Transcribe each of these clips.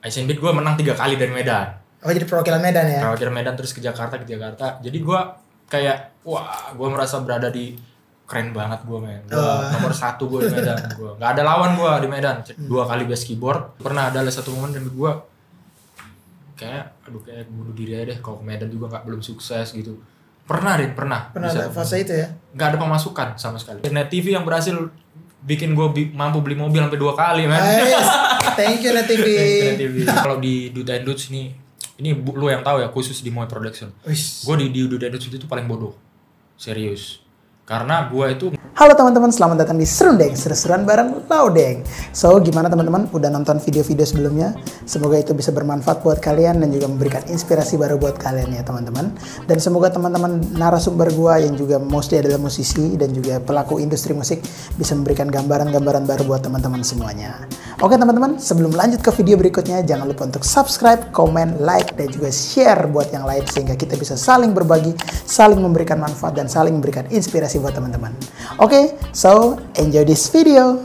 Asian Beat gue menang 3 kali dari Medan. Oh jadi perwakilan Medan ya? Perwakilan Medan terus ke Jakarta. Jadi gue kayak wah gue merasa berada di keren banget gue men. Nomor 1 gue di Medan. Gue nggak ada lawan gue di Medan. 2 kali bass keyboard. Pernah ada satu momen dan gue kayak bunuh diri aja deh kalau ke Medan juga belum sukses gitu. Pernah ada fase itu ya? Nggak ada pemasukan sama sekali. Net TV yang berhasil bikin gue mampu beli mobil sampai 2 kali men. Thank you Net TV. Kalau di Duta and Dudes ini lu yang tahu ya, khusus di Moe Production. Gue di Duta and Dudes itu paling bodoh. Serius. Karena gue itu... Halo teman-teman, selamat datang di Serundeng, seru-seruan bareng Laudeng. So, gimana teman-teman? Udah nonton video-video sebelumnya? Semoga itu bisa bermanfaat buat kalian dan juga memberikan inspirasi baru buat kalian ya teman-teman. Dan semoga teman-teman narasumber gue yang juga mostly adalah musisi dan juga pelaku industri musik bisa memberikan gambaran-gambaran baru buat teman-teman semuanya. Oke teman-teman, sebelum lanjut ke video berikutnya, jangan lupa untuk subscribe, komen, like, dan juga share buat yang lain sehingga kita bisa saling berbagi, saling memberikan manfaat, dan saling memberikan inspirasi buat teman-teman. Oke, so enjoy this video.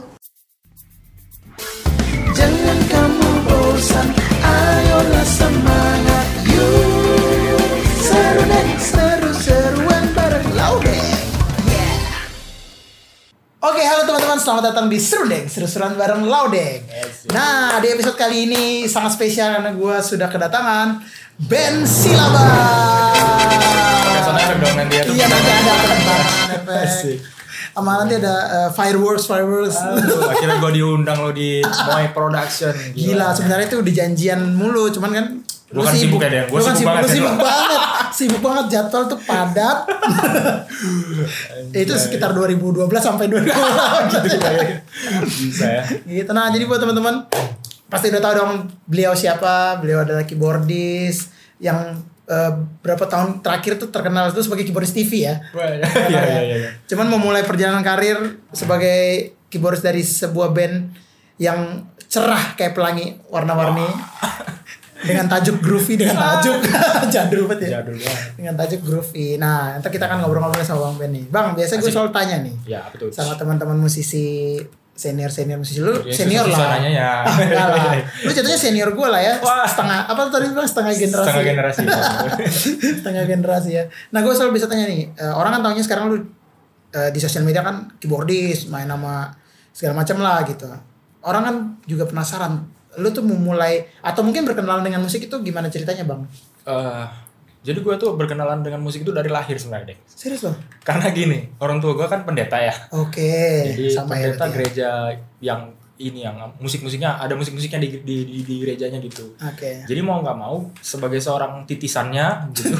Jangan kamu bosan, ayolah semangat, yuk seru-seruan bareng Laudeng. Oke, halo teman-teman, selamat datang di Serundeng, seru-seruan bareng Laudeng. Nah, di episode kali ini sangat spesial karena gue sudah kedatangan band Silaba. Iya, nanti ada efek. Sama nanti ada fireworks. Akhirnya gue diundang lo di Moe Production. Gila, sebenarnya itu udah janjian mulu, cuman kan gue kan sibuk ya, gue sibuk banget, jadwal tuh padat. Itu sekitar 2012 sampai 2012 gitu ya. Bisa ya. Gitu. Nah, jadi buat teman-teman pasti udah tahu dong beliau siapa. Beliau adalah keyboardis yang berapa tahun terakhir tuh terkenal itu sebagai keyboardis TV ya. Iya. Cuman memulai perjalanan karir sebagai keyboardis dari sebuah band yang cerah kayak pelangi warna-warni. Dengan tajuk groovy, jadul banget ya. Dengan tajuk groovy. Nah, nanti kita akan ngobrol-ngobrol sama Bang Ben nih. Bang, biasa gue selalu tanya nih. Ya, betul. Sama teman-teman musisi senior musisi lu ya, senior lah. Ya. Enggak lah. Lu jatuhnya senior gue lah ya. Setengah apa tadi bilang setengah generasi. Setengah generasi ya. Nah, gue selalu bisa tanya nih. Orang kan taunya sekarang lu di sosial media kan keyboardis, main nama segala macam lah gitu. Orang kan juga penasaran. Lu tuh memulai atau mungkin berkenalan dengan musik itu gimana ceritanya bang? Jadi gue tuh berkenalan dengan musik itu dari lahir sebenarnya deh. Serius loh? Karena gini, orang tua gue kan pendeta ya. Oke. Jadi sama pendeta gereja yang ini yang musik-musiknya ada musik-musiknya di gerejanya gitu. Oke. Jadi mau nggak mau sebagai seorang titisannya gitu.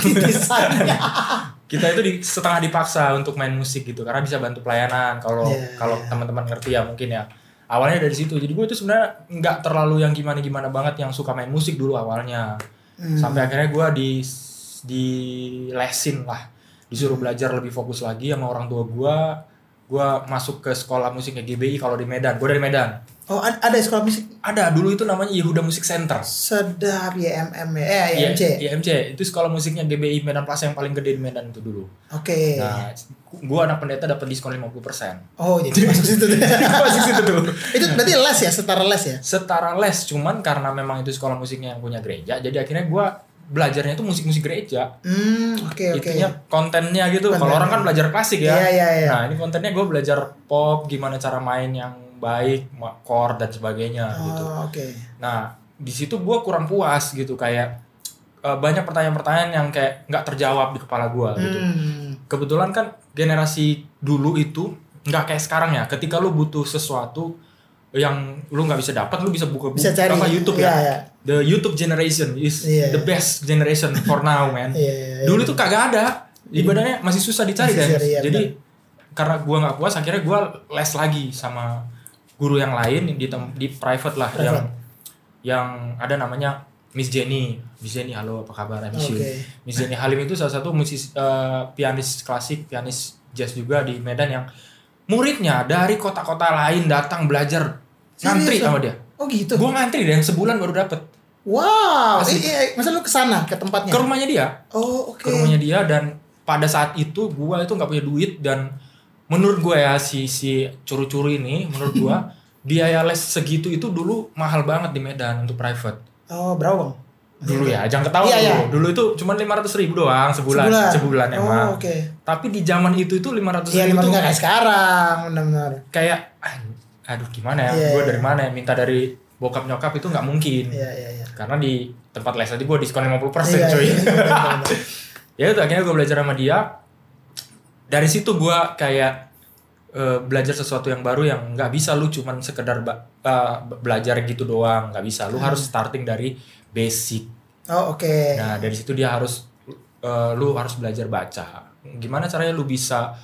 Kita itu setengah dipaksa untuk main musik gitu karena bisa bantu pelayanan kalau teman-teman ngerti ya mungkin ya. Awalnya dari situ. Jadi gue itu sebenarnya nggak terlalu yang gimana banget yang suka main musik dulu awalnya. Sampai akhirnya gue di lesin lah. Disuruh belajar lebih fokus lagi sama orang tua gue. Gue masuk ke sekolah musiknya GBI kalau di Medan. Gue dari Medan. Oh ada sekolah musik? Ada. Dulu itu namanya Yehuda Music Center. Sedap YMC. YMC. Itu sekolah musiknya GBI Medan Plaza yang paling gede di Medan itu dulu. Oke. Nah, gue anak pendeta dapat diskon 50%. Oh, jadi masuk situ tuh. Masuk situ tuh. Itu berarti les ya, setara les ya? Setara les, cuman karena memang itu sekolah musiknya yang punya gereja, jadi akhirnya gue belajarnya itu musik-musik gereja. Oke. Itunya kontennya gitu. Kalau orang kan belajar klasik ya. Iya. Nah, ini kontennya gue belajar pop, gimana cara main yang baik, chord dan sebagainya gitu. Oke. Nah, di situ gue kurang puas gitu kayak banyak pertanyaan-pertanyaan yang kayak nggak terjawab di kepala gue gitu. Kebetulan kan generasi dulu itu nggak kayak sekarang ya. Ketika lu butuh sesuatu yang lu nggak bisa dapat, lu bisa buka YouTube ya. The YouTube generation is the best generation for now, man. Dulu tuh kagak ada. Ibadahnya masih susah dicari kan. Jadi karena gua nggak puas, akhirnya gua les lagi sama guru yang lain di private lah yang ada namanya Miss Jenny, halo apa kabar? Miss Jenny Halim itu salah satu musisi pianis klasik, pianis jazz juga di Medan yang muridnya dari kota-kota lain datang belajar ngantri sama dia. Oh gitu. Gua ngantri dan sebulan baru dapet. Wow. Masa lu kesana ke tempatnya? Ke rumahnya dia. Oh oke. Ke rumahnya dia dan pada saat itu gua itu nggak punya duit dan menurut gua ya si curu-curu ini menurut gua biaya les segitu itu dulu mahal banget di Medan untuk private. Oh, berapa Bang? Dulu ya, jangan ketawa Iya. dulu. Dulu itu cuma 500.000 doang sebulan emang. Tapi di zaman itu 500.000 Iya, itu nggak kayak sekarang, benar-benar. Kayak aduh gimana ya, gue dari mana ya, minta dari bokap nyokap itu nggak mungkin. Iya. Karena di tempat les tadi gue diskon 50% coy. Ya itu akhirnya gue belajar sama dia. Dari situ gue kayak belajar sesuatu yang baru yang nggak bisa lu cuman sekedar belajar gitu doang, nggak bisa. Lu harus starting dari basic. Oh, oke. Nah dari situ dia harus lu harus belajar baca. Gimana caranya lu bisa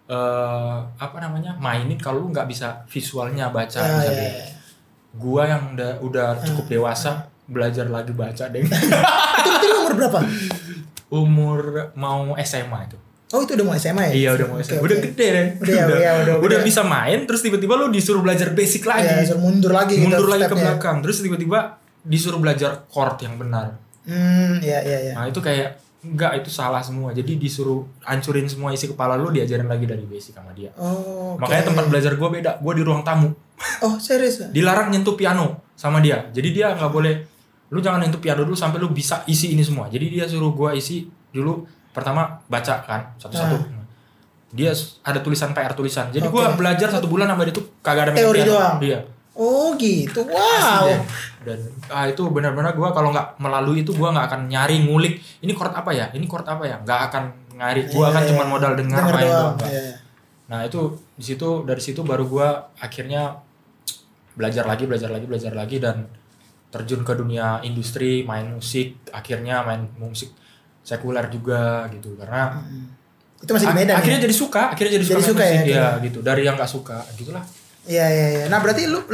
mainin kalau lu nggak bisa visualnya baca. Gua yang udah cukup dewasa belajar lagi baca deh. Itu berarti lu umur berapa? Umur mau SMA itu. Oh, itu udah mau SMA ya? Iya, udah mau SMA. Udah gede kan? Udah bisa main, terus tiba-tiba lu disuruh belajar basic lagi. Iya, disuruh mundur lagi ke belakang. Terus tiba-tiba disuruh belajar chord yang benar. Iya. Nah, itu kayak enggak, itu salah semua. Jadi disuruh hancurin semua isi kepala lu, diajarin lagi dari basic sama dia. Oh, okay. Makanya tempat belajar gua beda. Gua di ruang tamu. Oh, serius? Dilarang nyentuh piano sama dia. Jadi dia enggak boleh, lu jangan nyentuh piano dulu sampai lu bisa isi ini semua. Jadi dia suruh gua isi dulu. Pertama baca kan satu-satu. Dia ada tulisan PR tulisan. Jadi gua belajar 1 bulan sama dia tuh kagak ada teori doang. Iya. Oh gitu. Wow. Dan itu benar-benar gua kalau nggak melalui itu gua nggak akan nyari ngulik ini chord apa ya, nggak akan nyari. Gua akan cuma modal dengar main doang. Nah itu dari situ baru gua akhirnya belajar lagi dan terjun ke dunia industri, main musik, akhirnya main musik sekuler juga gitu, karena itu masih di Medan. Akhirnya jadi suka musik, ya gitu, dari yang nggak suka gitulah. Iya. Nah berarti lu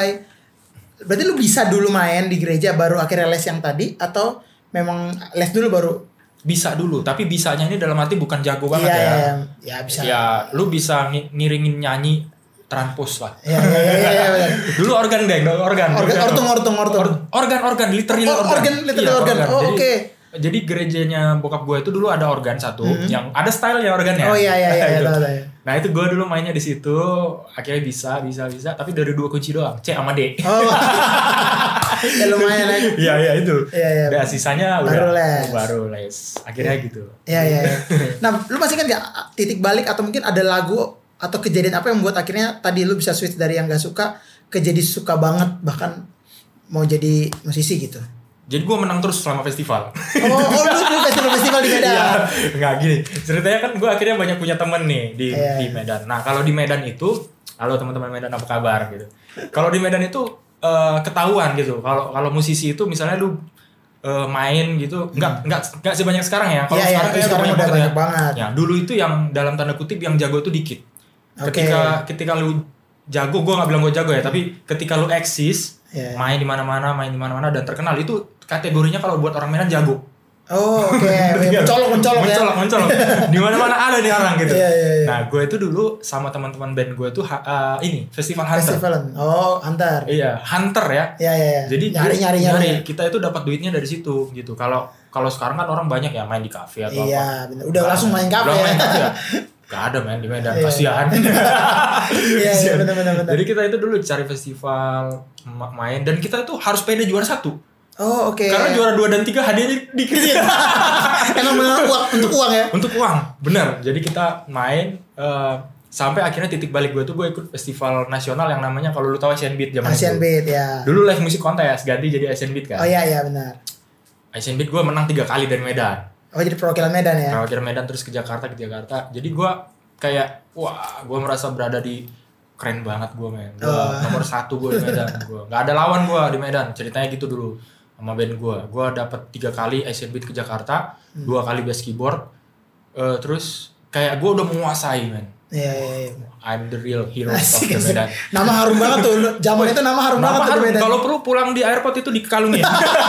bisa dulu main di gereja baru akhirnya les yang tadi, atau memang les dulu baru? Bisa dulu, tapi bisanya ini dalam arti bukan jago banget ya bisa. Ya lu bisa ngiringin nyanyi transpose lah. Iya. Dulu organ ortung. Organ literally organ. Oh, oke. Jadi gerejanya bokap gue itu dulu ada organ satu yang ada stylenya organnya. Oh iya. Nah itu gue dulu mainnya di situ, akhirnya bisa, tapi dari 2 kunci doang, C sama D. Oh. Ya lumayan aja. Iya itu. Iya. Udah sisanya baru les. Akhirnya gitu. Iya. Nah, lu masih kan nggak titik balik atau mungkin ada lagu atau kejadian apa yang membuat akhirnya tadi lu bisa switch dari yang nggak suka ke jadi suka banget, bahkan mau jadi musisi gitu? Jadi gue menang terus selama festival. Oh lu festival di Medan? Iya, nggak gini. Ceritanya kan gue akhirnya banyak punya temen nih di Medan. Nah kalau di Medan itu, halo teman-teman Medan apa kabar gitu. Kalau di Medan itu ketahuan gitu. Kalau musisi itu misalnya lu main gitu, nggak sebanyak sekarang ya. Kalau sekarang udah banyak banget. Ya dulu itu yang dalam tanda kutip yang jago itu dikit. Ketika lu jago, gue nggak bilang gue jago ya, tapi ketika lu eksis, main di mana-mana dan terkenal, itu kategorinya kalau buat orang Medan jago. Oh oke. Mencolok Di mana-mana ada nih orang gitu. Iya. Nah gue itu dulu sama teman-teman band gue tuh ini festival Hunter. Oh Hunter. Iya Hunter ya. Iya. Jadi nyari. Kita itu dapat duitnya dari situ gitu. Kalau sekarang kan orang banyak ya main di kafe atau apa. Iya benar. Udah langsung main kafe. Ya. Gak ada main di Medan, kasihan. Iya benar. Jadi kita itu dulu cari festival main, dan kita itu harus pede juara 1. Oh oke. Karena juara 2 dan 3 hadiahnya dikit. Emang untuk uang ya? Untuk uang, benar. Jadi kita main sampai akhirnya titik balik gue ikut festival nasional yang namanya, kalau lu tahu Asian Beat zaman itu. Asian Beat ya. Dulu live music contest ganti jadi Asian Beat kan. Oh iya benar. Asian Beat gue menang 3 kali dari Medan. Oh jadi perwakilan Medan ya? Perwakilan Medan, terus ke Jakarta. Jadi gue kayak gue merasa berada di keren banget gue men. Nomor 1 gue di Medan. Gue nggak ada lawan gue di Medan. Ceritanya gitu dulu sama band gue. Gue dapet 3 kali Asian Beat ke Jakarta, 2 kali bass keyboard. Terus kayak gue udah menguasai men. Iya. I'm the real hero of the Medan. Nama harum banget tuh. Zaman itu nama harum banget tuh di Medan. Kalau perlu pulang di airport itu dikalungin.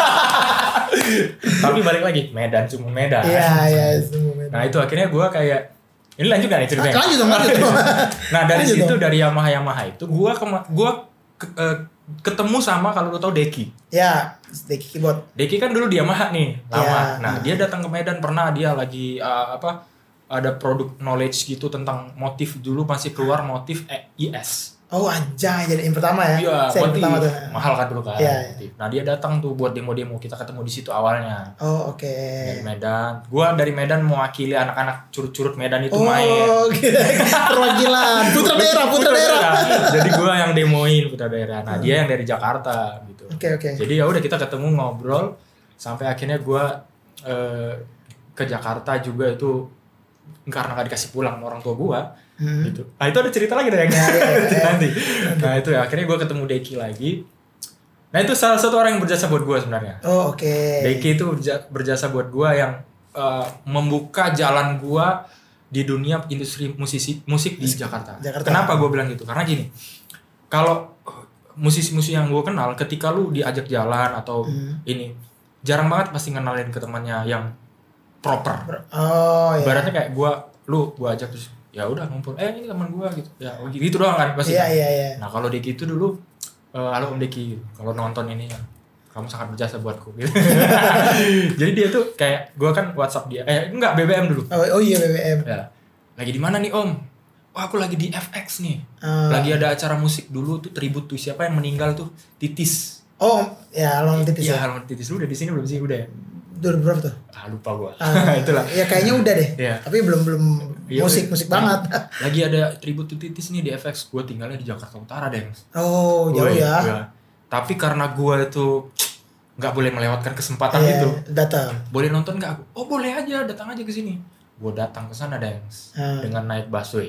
Tapi balik lagi, Medan cuma Medan. Iya, semua Medan. Nah itu akhirnya gue kayak, ini lanjut gak nih ceritanya? Lanjut dong. Nah dari situ, dari Yamaha itu gue ketemu sama, kalau lo tau Deki. Ya, Deki keyboard. Deki kan dulu di Yamaha nih, lama. Ya, nah dia datang ke Medan pernah, dia lagi ada produk knowledge gitu tentang motif, dulu masih keluar motif IS. Oh anjay, jadi yang pertama ya? Iya, Yang pertama tuh. mahal kan dulu kan. Iya. Nah dia datang tuh buat demo-demo, kita ketemu di situ awalnya. Oh oke. Dari Medan, gua dari Medan mewakili anak-anak curut-curut Medan itu Oh, main. perwakilan putra daerah. Jadi gua yang demoin putra daerah. Nah dia yang dari Jakarta gitu. Oke. Jadi ya udah kita ketemu ngobrol sampai akhirnya gua ke Jakarta juga itu karena gak dikasih pulang sama orang tua gua. Gitu. Nah itu ada cerita lagi deh yang nanti. Nah itu ya akhirnya gue ketemu Deki lagi. Nah itu salah satu orang yang berjasa buat gue sebenarnya. Oh oke. Deki itu berjasa buat gue yang membuka jalan gue di dunia industri musik di Jakarta. Kenapa gue bilang gitu? Karena gini, kalau musisi-musisi yang gue kenal, ketika lu diajak jalan atau ini, jarang banget pasti ngenalin ke temannya yang proper. Oh iya. Ibaratnya kayak gue ajak terus ya udah ngumpul ini teman gua gitu ya gitu doang kan pasti. Iya. Nah kalau Deki itu dulu halo Om Deki kalau nonton ini ya kamu sangat berjasa buatku gitu. Jadi dia tuh kayak gua kan WhatsApp dia enggak BBM dulu. Oh iya BBM ya lagi di mana nih Om? Wah aku lagi di FX nih. Lagi ada acara musik dulu tuh tribute tuh siapa yang meninggal tuh Titis. Oh ya Almarhum Titis ya Almarhum Titis lu udah di sini belum sih udah ya? Berapa tuh? Lupa gua. Itulah. Ya kayaknya udah deh. Ya. Tapi belum musik banget. Lagi ada tribute to Titis nih di FX. Gue tinggalnya di Jakarta Utara, deh. Oh, jauh ya. Tapi karena gue itu nggak boleh melewatkan kesempatan itu. Datang. Boleh nonton nggak aku? Oh boleh aja, datang aja ke sini. Gue datang ke sana, Dengs. Dengan naik busway.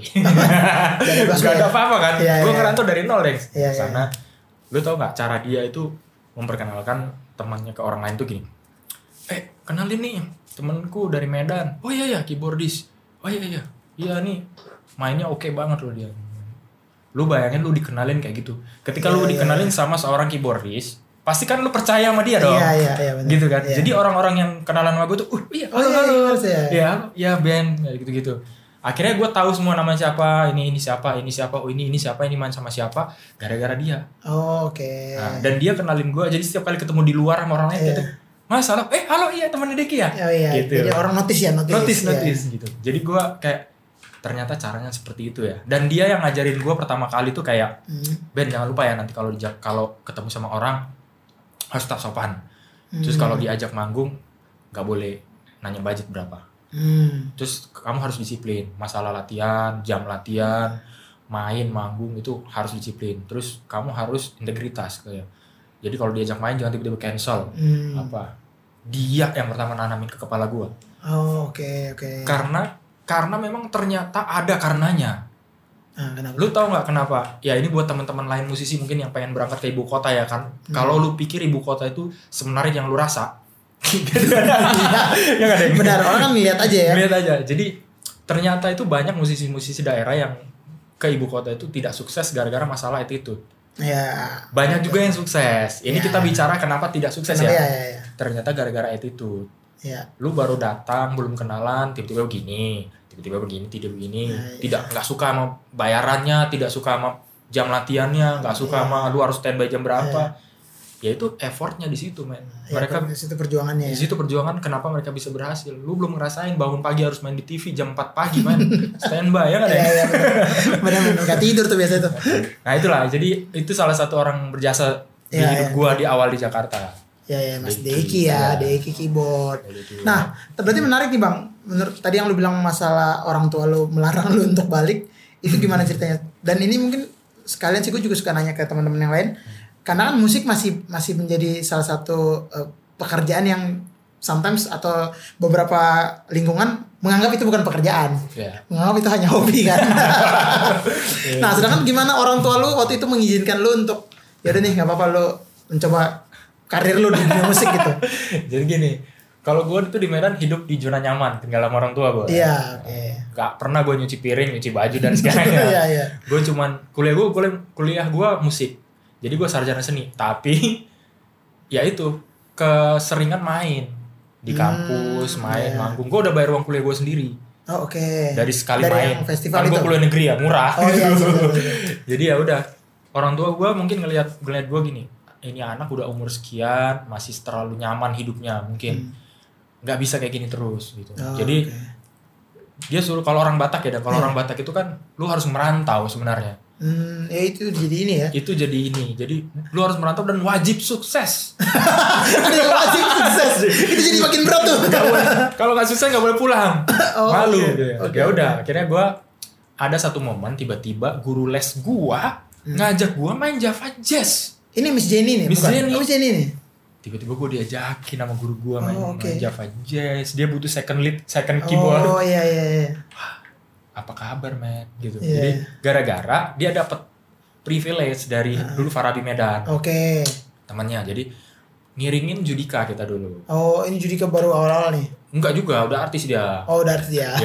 Gak ada apa-apa kan? Gue ngerantau dari nol, Dengs. Sana. Lu tau nggak cara dia itu memperkenalkan temannya ke orang lain tuh gini. Kenalin nih temenku dari Medan. Oh iya keyboardis. Oh iya nih mainnya oke banget loh dia. Lu bayangin lu dikenalin kayak gitu. Ketika lu dikenalin sama seorang keyboardis, pasti kan lu percaya sama dia dong. Iya benar. Gitu kan. Jadi orang-orang yang kenalan sama gue tuh, halo. Ya Ben, gitu. Akhirnya gue tahu semua nama siapa, ini siapa, ini main sama siapa, gara-gara dia. Oh, oke. Nah, dan dia kenalin gue, jadi setiap kali ketemu di luar sama orang lain gitu. Mas, halo, halo iya teman Deki ya? Oh iya, gitu. Jadi orang notice gitu. Jadi gue kayak, ternyata caranya seperti itu ya. Dan dia yang ngajarin gue pertama kali tuh kayak, Ben jangan lupa ya nanti kalau ketemu sama orang, harus tetap sopan. Terus kalau diajak manggung, gak boleh nanya budget berapa. Terus kamu harus disiplin. Masalah latihan, jam latihan, main, manggung itu harus disiplin. Terus kamu harus integritas kayak. Jadi kalau diajak main jangan tiba-tiba cancel. Dia yang pertama nanamin ke kepala gue. Oh oke. Karena memang ternyata ada karenanya. Kenapa? Lu tau nggak kenapa? Ya ini buat teman-teman lain musisi mungkin yang pengen berangkat ke ibu kota ya kan. Kalau lu pikir ibu kota itu sebenarnya yang lu rasa. Ya kan? Benar, orang kan lihat aja ya. Lihat aja. Jadi ternyata itu banyak musisi-musisi daerah yang ke ibu kota itu tidak sukses gara-gara masalah attitude. Ya. Banyak juga yang sukses. Ini kita bicara kenapa tidak sukses ya. Ternyata gara-gara attitude. Ya. Lu baru datang, belum kenalan, tiba-tiba begini, tidak suka sama bayarannya, tidak suka sama jam latihannya, nggak suka sama lu harus standby jam berapa. Ya itu effortnya di situ, men. Mereka di situ perjuangannya. Di situ perjuangan kenapa mereka bisa berhasil. Lu belum ngerasain bangun pagi harus main di TV jam 4 pagi, men. Standby ya enggak ada. Iya, benar. Enggak tidur tuh biasa itu. Nah, itulah. Jadi itu salah satu orang berjasa di hidup gua di awal di Jakarta. Ya Mas Deki ya, Deki keyboard. Nah, berarti menarik nih Bang. Menurut tadi yang lu bilang masalah orang tua lu melarang lu untuk balik, itu gimana ceritanya? Dan ini mungkin sekalian sih gue juga suka nanya ke teman-teman yang lain. Karena kan musik masih menjadi salah satu pekerjaan yang sometimes atau beberapa lingkungan menganggap itu bukan pekerjaan, menganggap itu hanya hobi kan. Nah, sedangkan gimana orang tua lu waktu itu mengizinkan lu untuk ya udah nih nggak apa-apa lu mencoba karir lu di dunia musik gitu. Jadi gini, kalau gue itu di Medan hidup di zona nyaman, tinggal sama orang tua gue. Iya. Gak pernah gue nyuci piring, nyuci baju dan sebagainya. Gue cuman kuliah gue musik. Jadi gue sarjana seni, tapi ya itu keseringan main di kampus, manggung. Gue udah bayar uang kuliah gue sendiri. Oh, oke. Dari sekali dari main. Festival kan gue kuliah negeri ya, murah. Oh, iya. Jadi ya udah, orang tua gue mungkin ngelihat gue gini, ini anak udah umur sekian, masih terlalu nyaman hidupnya, mungkin nggak bisa kayak gini terus gitu. Jadi dia suruh kalau orang Batak ya, dan kalau orang Batak itu kan lu harus merantau sebenarnya. Ya itu jadi ini ya. Itu jadi ini. Jadi lu harus merantau dan wajib sukses. Ada yang wajib sukses. Itu jadi makin berat tuh. Kalau nggak sukses nggak boleh pulang. Oh, Malu. oke. Ya udah. Akhirnya gue ada satu momen tiba-tiba guru les gue ngajak gue main Java Jazz. Ini Miss Jenny nih. Miss bukan? Jenny. Oh, Miss Jenny nih. Tiba-tiba gue diajakin sama guru gue main okay. Java Jazz. Dia butuh second keyboard. Oh iya. Apa kabar, Matt? Gitu. Yeah. Jadi gara-gara dia dapat privilege dari dulu Farabi Medan. Oke. Temannya. Jadi ngiringin Judika kita dulu. Oh, ini Judika baru awal-awal nih. Enggak juga, udah artis dia. Oh, udah artis ya. Ya.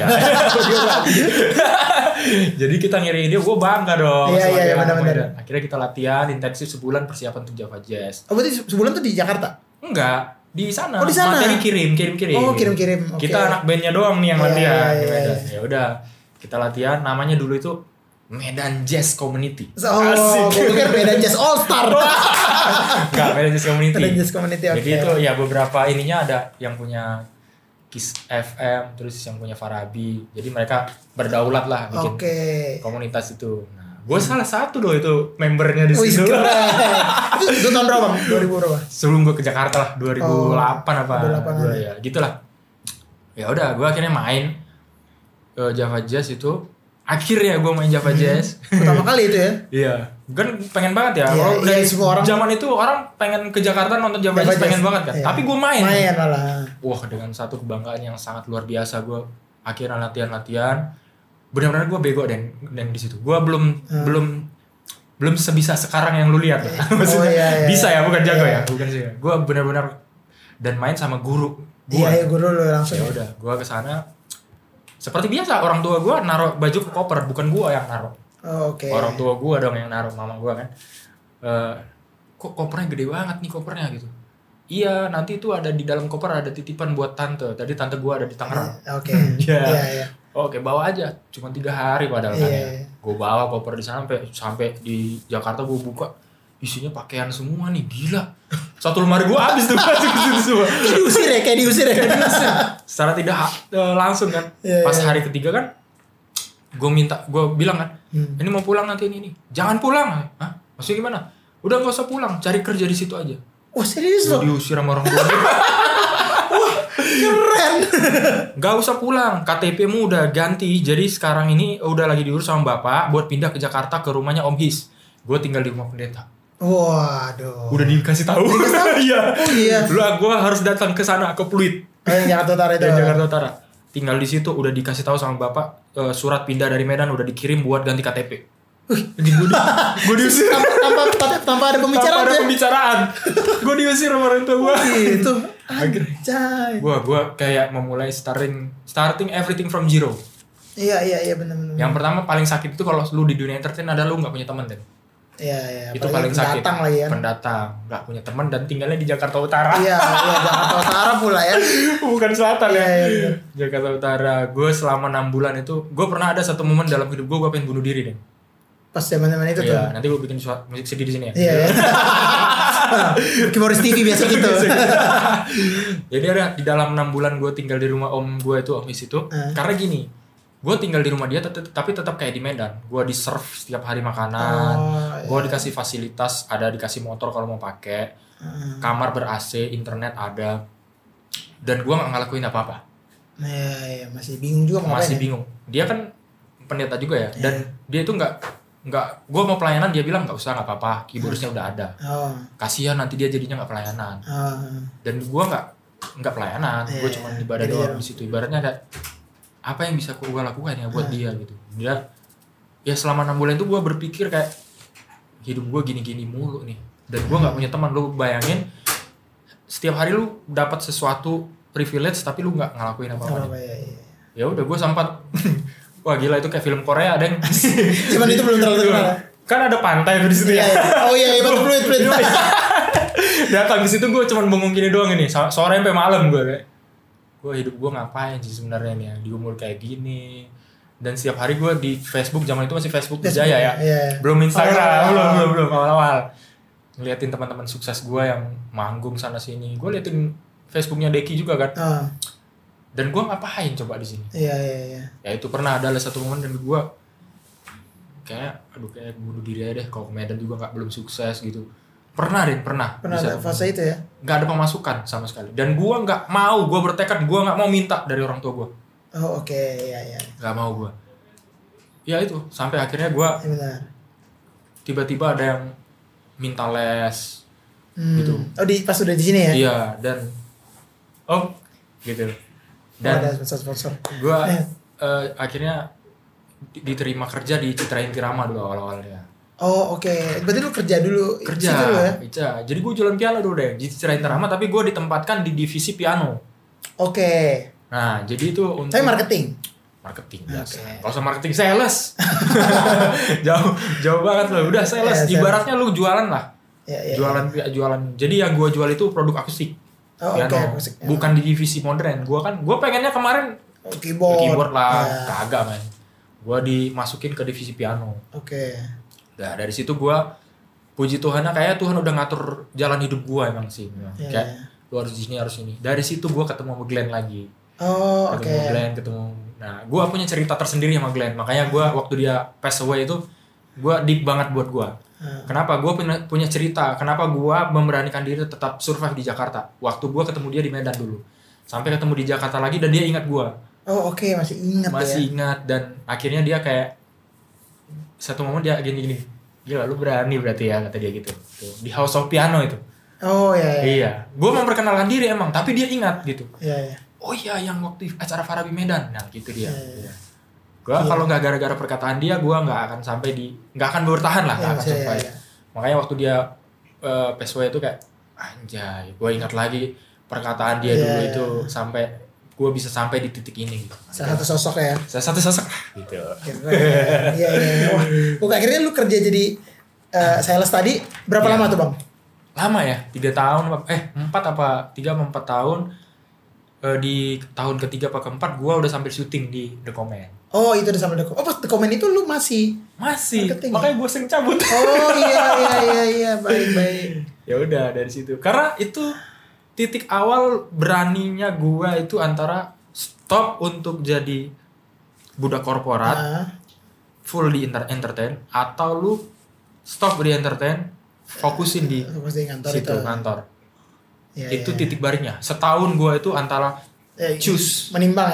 Jadi kita ngiringin dia, gue bangga dong. Iya, benar-benar. Akhirnya kita latihan intensif sebulan persiapan untuk Java Jazz. Oh, berarti sebulan tuh di Jakarta? Enggak, di sana. Oh, di sana. Materi kirim. Oh, kirim. Okay. Kita anak bandnya doang nih yang latihan. Iya. Ya udah, kita latihan. Namanya dulu itu Medan Jazz Community. Oh, gue pikir Medan Jazz All Star. Enggak, Medan Jazz Community. Medan Jazz Community, oke. Jadi itu ya beberapa ininya ada yang punya Kiss FM, terus yang punya Farabi. Jadi mereka berdaulat lah bikin komunitas itu. Nah, gue salah satu loh itu membernya di situ. Itu tahun berapa? 2000 berapa? Sebelum gue ke Jakarta lah, 2008 apa? 2008 ya, gitulah. Ya udah, gue akhirnya main ke Java Jazz itu. Akhirnya gue main Java Jazz. Pertama kali itu ya? Iya. Kan pengen banget ya. Kalau dari semua orang. Zaman itu orang pengen ke Jakarta nonton Java Jazz pengen banget kan. Iya. Tapi gue main. Main malah. Wah, dengan satu kebanggaan yang sangat luar biasa. Gue akhirnya latihan. Benar-benar gue bego dan di situ. Gue belum sebisa sekarang yang lu lihat. Maksudnya bisa ya, bukan jago ya. Bukan sih. Gue benar-benar dan main sama guru. Iya, guru lu langsung. Ya udah, gue kesana. Seperti biasa, orang tua gue naruh baju ke koper, bukan gue yang naruh. Oke. Orang tua gue dong yang naruh, mama gue kan. Kok kopernya gede banget nih kopernya gitu. Iya, nanti itu ada di dalam koper ada titipan buat tante. Tadi tante gue ada di Tangerang. Oke. Iya. Oke, bawa aja. Cuma 3 hari padahal kan ya. Gue bawa koper di sana sampai di Jakarta gue buka. Isinya pakaian semua nih, gila. Satu lemari gue habis tuh masuk ke situ semua. Kayak diusir ya. Secara tidak langsung kan. Pas hari ketiga kan, gue bilang kan, ini mau pulang nanti ini. Jangan pulang. Hah? Maksudnya gimana? Udah nggak usah pulang, cari kerja di situ aja. Wah, serius loh? Gue diusir sama orang tua. Wah, keren. Gak usah pulang, KTP-mu udah ganti. Jadi sekarang ini udah lagi diurus sama bapak buat pindah ke Jakarta ke rumahnya Om His. Gue tinggal di rumah pendeta. Waduh. Udah dikasih tahu. Iya. Oh iya. Lu gue harus datang ke sana ke Pluit. Jakarta Utara itu. Jakarta Utara. Tinggal di situ udah dikasih tahu sama bapak surat pindah dari Medan udah dikirim buat ganti KTP. Jadi gue diusir tanpa ada pembicaraan. Tanpa ada pembicaraan. Gue diusir sama orang tua gue. Gitu. Anjay. Gue kayak memulai starting everything from zero. Iya benar. Yang pertama paling sakit itu kalau lu di dunia entertain ada lu nggak punya teman deh. Iya. Itu paling sakit. Pendatang lagi kan. Pendatang, nggak punya teman dan tinggalnya di Jakarta Utara. Iya Jakarta Utara pula ya. Bukan selatan ya. Iya. Jakarta Utara. Gue selama 6 bulan itu, gue pernah ada satu momen dalam hidup gue pengen bunuh diri deh. Pas zaman-zaman itu tuh. Iya, nanti gue bikin musik sedih di sini ya. Iya. Keyboardist TV biasa gitu. Jadi ada di dalam 6 bulan gue tinggal di rumah om gue itu, om Is itu. Karena gini, gue tinggal di rumah dia tapi tetap kayak di Medan. Gue di serve setiap hari makanan. Gue dikasih fasilitas, dikasih motor kalau mau pakai. Kamar ber-AC, internet ada. Dan gue nggak ngelakuin apa-apa. Iya, masih bingung juga. Masih bingung. Dia kan pendeta juga ya. Dan dia itu nggak gue mau pelayanan, dia bilang nggak usah, nggak apa-apa, keyboardisnya udah ada. Kasihan nanti dia jadinya nggak pelayanan. Dan gue nggak pelayanan, gue cuma ibadah doang di situ. Ibaratnya kayak apa yang bisa gue lakukan ya buat dia gitu. Dia ya selama 6 bulan itu gue berpikir kayak hidup gue gini-gini mulu nih. Dan gue nggak punya teman. Lu bayangin setiap hari lu dapat sesuatu privilege tapi lu nggak ngelakuin apa-apa. Ya udah gue sempat wah gila, itu kayak film Korea deng. Cuman itu belum terlalu terkenal. Kan ada pantai di situ ya. Oh iya, Pluit. Datang di situ gue cuman bengong gini doang ini. Sore sampai malam gue kayak. Gue hidup gue ngapain sih sebenarnya nih ya, di umur kayak gini. Dan setiap hari gue di Facebook, zaman itu masih Facebook Jaya ya. Belum Instagram, belum awal-awal. Ngeliatin teman-teman sukses gue yang manggung sana sini. Gue liatin Facebooknya Deki juga kan. Dan gue ngapain coba di sini? Iya. Ya itu pernah ada satu momen dan gue kayak bunuh diri aja deh, kalau ke Medan juga belum sukses gitu. Pernah ada fase itu ya, nggak ada pemasukan sama sekali, dan gue nggak mau, gue bertekad gue nggak mau minta dari orang tua gue. Oke. Ya nggak mau gue, ya itu sampai akhirnya gue benar. tiba-tiba ada yang minta les gitu. Pas udah di sini ya. Iya, dan gitu, dan ada sponsor gue akhirnya diterima kerja di Citra Intirama dulu awal-awalnya. Oke. Berarti lu kerja dulu Kerja ya? Jadi gue jualan piano dulu deh di Citra Intirama, tapi gue ditempatkan di divisi piano. Oke. Nah, jadi itu untuk Tapi marketing biasa. Kalau sama marketing, sales. jauh banget loh. Udah sales. Ibaratnya lu jualan lah. Jualan. Jadi yang gue jual itu produk akustik. Piano. Akustik. Bukan di divisi modern. Gue pengennya kemarin keyboard lah. Kagak, man. Gue dimasukin ke divisi piano. Nah, dari situ gue puji Tuhannya, kayak Tuhan udah ngatur jalan hidup gue emang sih. Kayak lu harus di sini, harus ini. Dari situ gue ketemu sama Glenn lagi. Ketemu. Nah, gue punya cerita tersendiri sama Glenn. Makanya gue waktu dia pass away itu, gue deep banget buat gue. Kenapa? Gue punya cerita. Kenapa gue memberanikan diri tetap survive di Jakarta. Waktu gue ketemu dia di Medan dulu. Sampai ketemu di Jakarta lagi dan dia ingat gue. Masih ingat. Dan akhirnya dia kayak satu momen dia gini, gila lu berani berarti ya, kata dia gitu. Tuh, di House of Piano itu. Iya. Gue memperkenalkan diri emang, tapi dia ingat gitu. Oh iya, yang waktu acara Farabi Medan. Nah gitu dia. Gue kalau nggak gara-gara perkataan dia, gue nggak akan bertahan lah, nggak akan survive. Makanya waktu dia PSW itu kayak anjay, gue ingat lagi perkataan dia dulu itu sampai gue bisa sampai di titik ini gitu. Salah satu sosok gitu. Iya. Wah, akhirnya lu kerja jadi sales tadi berapa lama tuh, Bang? Lama ya, 3 tahun 4 apa 4 tahun. Di tahun ketiga apa keempat gue udah sampai syuting di The Comment. Itu udah sampai The Comment. Pas The Comment itu lu masih marketing, makanya gue sering cabut. Iya, baik. Ya udah dari situ, karena itu titik awal beraninya gue itu antara stop untuk jadi budak korporat, full di entertain, atau lu stop di entertain, fokusin di kantor. Itu titik baliknya. Setahun gue itu antara choose menimbang.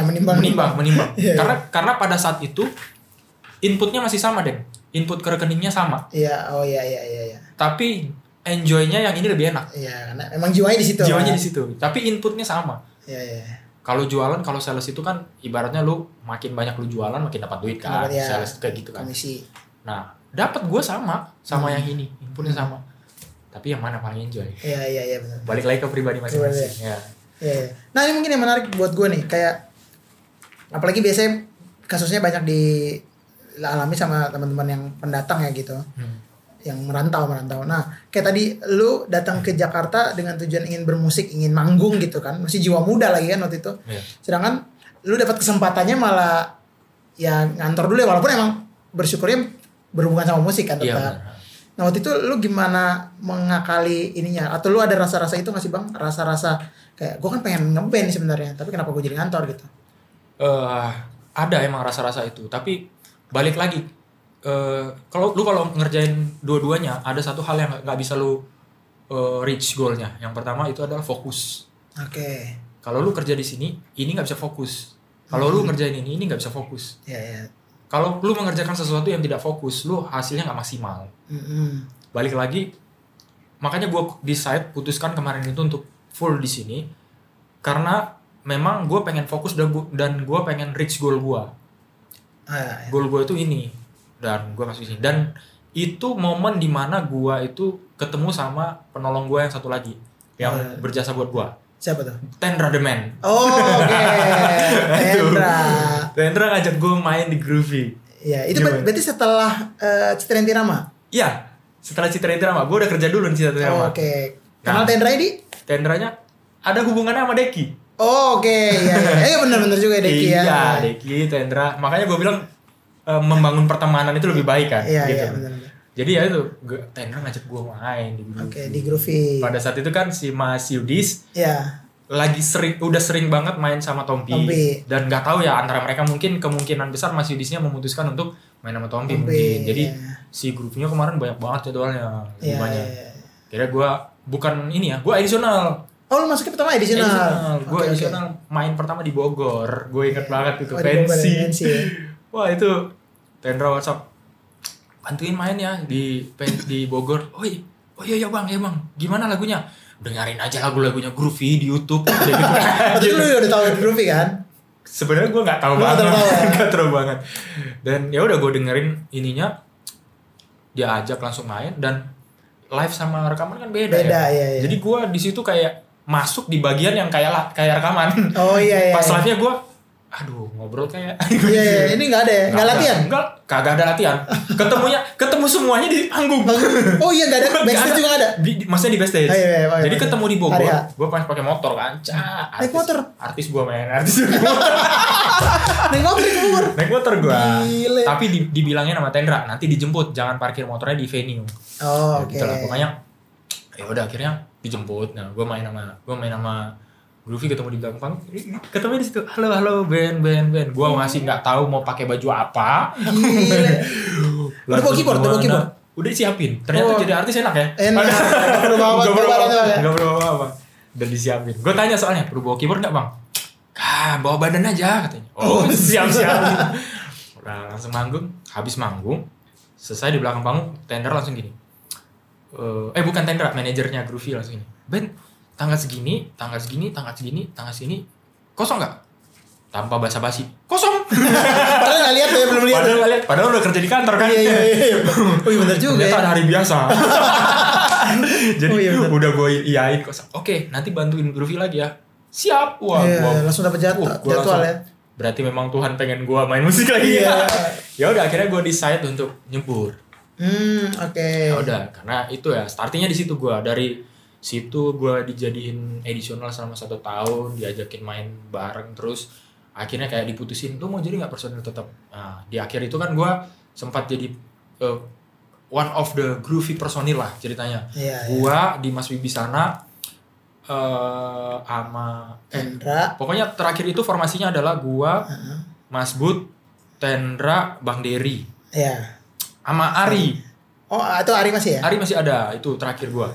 Karena pada saat itu inputnya masih sama, Deng. Input ke rekeningnya sama. Iya. Tapi enjoy-nya yang ini lebih enak. Iya, karena emang jiwanya di situ. Tapi inputnya sama. Iya. Kalau jualan, kalau sales itu kan ibaratnya lu makin banyak lu jualan makin dapat duit kan. Sales kayak gitu kan. Komisi. Nah, dapat gue sama yang ini, inputnya sama. Tapi yang mana paling enjoy? Iya, benar. Balik lagi ke pribadi masing-masing. Iya. Nah, ini mungkin yang menarik buat gue nih, kayak apalagi biasanya kasusnya banyak dialami sama teman-teman yang pendatang ya gitu. Yang merantau. Nah, kayak tadi lu datang ke Jakarta dengan tujuan ingin bermusik, ingin manggung gitu kan. Masih jiwa muda lagi kan waktu itu. Sedangkan lu dapat kesempatannya malah ya ngantor dulu ya, walaupun emang bersyukurnya berhubungan sama musik kan tetap. Nah, waktu itu lu gimana mengakali ininya? Atau lu ada rasa-rasa itu nggak sih, Bang? Rasa-rasa kayak gue kan pengen ngeband sebenarnya, tapi kenapa gue jadi ngantor gitu? Ada emang rasa-rasa itu, tapi balik lagi. Kalau ngerjain dua-duanya, ada satu hal yang nggak bisa lu reach goalnya. Yang pertama itu adalah fokus. Oke. Kalau lu kerja di sini, ini nggak bisa fokus. Kalau lu ngerjain ini nggak bisa fokus. Iya. Kalau lu mengerjakan sesuatu yang tidak fokus, lu hasilnya nggak maksimal. Balik lagi, makanya gue putuskan kemarin itu untuk full di sini, karena memang gue pengen fokus dan gue pengen reach goal gue. Goal gue itu ini, dan gue masuk sini. Dan itu momen dimana gue itu ketemu sama penolong gue yang satu lagi, yang berjasa buat gue. Siapa tuh? Tendra the Man. Oke. Tendra ngajak gue main di Groovy. Iya, itu berarti setelah Citra Intirama? Iya, setelah Citra Intirama. Gue udah kerja dulu di Citra Intirama. Oke. Kenal Tendra ini? Tendranya ada hubungannya sama Deki. Oke. Iya benar-benar juga Deki ya. Iya, Deki, Tendra. Makanya gue bilang membangun pertemanan itu lebih baik kan. Iya, gitu. Benar. Jadi ya itu, Tendra ngajak gue main di Groovy. Oke, di Groovy. Pada saat itu kan si Mas Yudis udah sering banget main sama Tompi. Dan nggak tahu ya antara mereka mungkin kemungkinan besar Mas Yudisnya memutuskan untuk main sama Tompi mungkin. Jadi si grupnya kemarin banyak banget jadwalnya. Kira gue bukan ini ya, gue edisional. Oh lu masuknya pertama edisional. Gue edisional main pertama di Bogor. Gue inget banget itu pensi. Wah itu Tendra WhatsApp bantuin main ya di Bogor. Oh iya bang, gimana lagunya? Dengerin aja lagunya Groovy di YouTube. Berarti lu udah tahu Groovy kan? Sebenarnya gue nggak tahu banget, nggak tahu banget. Dan ya udah gue dengerin ininya, dia ajak langsung main dan live sama rekaman kan beda ya. Iya. Jadi gue di situ kayak masuk di bagian yang kayak rekaman. Oh iya. Pas live-nya gue ngobrol kayak Iya, ini enggak ada ya? Enggak latihan? Enggak, kagak ada latihan. Ketemu semuanya di panggung. Oh iya, enggak ada. Backstage juga ada. Maksudnya di backstage. Iya, jadi ketemu di Bogor. Gue pakai motor kan. Naik motor. Artis gue main. Naik motor gue. Tapi dibilangin sama Tendra, nanti dijemput, jangan parkir motornya di venue. Oh, oke. Gitu lah. Pokoknya ya udah akhirnya dijemput. Nah, gue main sama Groovy, ketemu di belakang, ketemu di situ. Halo band. Gua masih nggak tahu mau pakai baju apa. Udah bawa keyboard. Udah siapin. Ternyata jadi artis enak ya. Enak. Gak perlu bawa apa. Udah disiapin. Gue tanya soalnya, perlu bawa keyboard nggak bang? Bawa badan aja katanya. Oh siap. Udah langsung manggung. Habis manggung, selesai di belakang panggung, Tendra langsung gini. Bukan Tendra, manajernya Groovy langsung gini. Ben, tanggal segini, kosong nggak? Tanpa basa-basi, kosong. Padahal nggak lihat ya, belum lihat. Padahal udah kerja di kantor kan. Iya. Oh iya benar juga. Ternyata ada hari biasa. Jadi udah gue iyain kosong. Oke, nanti bantuin Groovy lagi ya. Siap. Wah, langsung dapet jadwal ya. Berarti memang Tuhan pengen gue main musik lagi ya. Ya udah akhirnya gue decide untuk nyebur. Oke. Ya udah, karena itu ya startingnya di situ gue. Dari situ gue dijadiin edisional selama 1 tahun, diajakin main bareng, terus akhirnya kayak diputusin, lu mau jadi nggak personil tetap. Nah di akhir itu kan gue sempat jadi one of the Groovy personil lah ceritanya. Gue di Mas Wibisana sama Tendra. Pokoknya terakhir itu formasinya adalah gue, Mas Bud, Tendra, Bang Dery, sama Ari. Oh itu Ari masih ya? Ari masih ada, itu terakhir gue.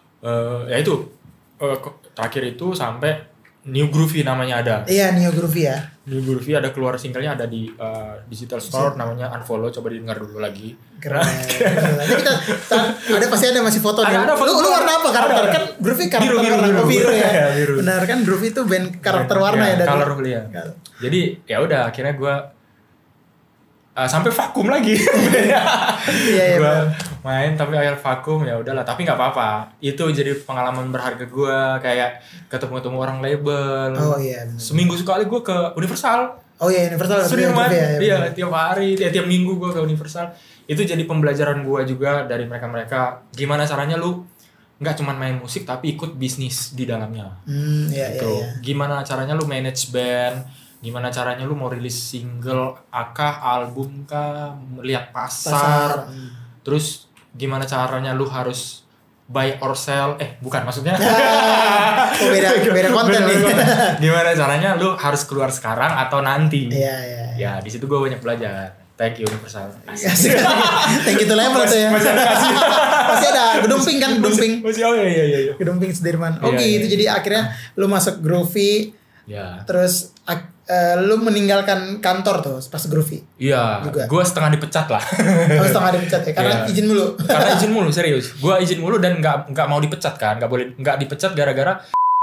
Terakhir itu sampai New Groovy namanya ada. Iya, New Groovy ya. New Groovy ada keluar singlenya, ada di digital store namanya Unfollow, coba didengar dulu lagi. Keren. Nanti kita ada pasti ada masih foto nih. Lu warna apa karakter? Kan Groovy karakter warna biru ya. Benar kan Groovy itu band karakter warna ya dari. Colorful ya. Jadi ya udah akhirnya gue sampai vakum lagi. Gue main tapi akhir vakum, ya udahlah, tapi nggak apa-apa, itu jadi pengalaman berharga gue, kayak ketemu orang label. Seminggu sekali gue ke Universal. Universal sering banget. Iya, tiap hari, tiap minggu gue ke Universal. Itu jadi pembelajaran gue juga dari mereka gimana caranya lu nggak cuma main musik tapi ikut bisnis di dalamnya. Gimana caranya lu manage band, gimana caranya lu mau rilis single album melihat pasar. Terus gimana caranya lu harus buy or sell, bukan maksudnya. Beda konten nih. Gimana caranya lu harus keluar sekarang atau nanti. Ya di situ gue banyak belajar. Thank you Universal. Thank you to label tuh ya. Masih ada Gedung Pink kan, Gedung Pink. Iya. Gedung Pink Sudirman. Itu jadi akhirnya lu masuk Groovy. Terus lu meninggalkan kantor tuh pas Groovy. Iya. Gue setengah dipecat lah. Setengah dipecat ya, karena izin mulu. Karena izin mulu, serius. Gue izin mulu dan nggak mau dipecat kan, nggak dipecat gara-gara.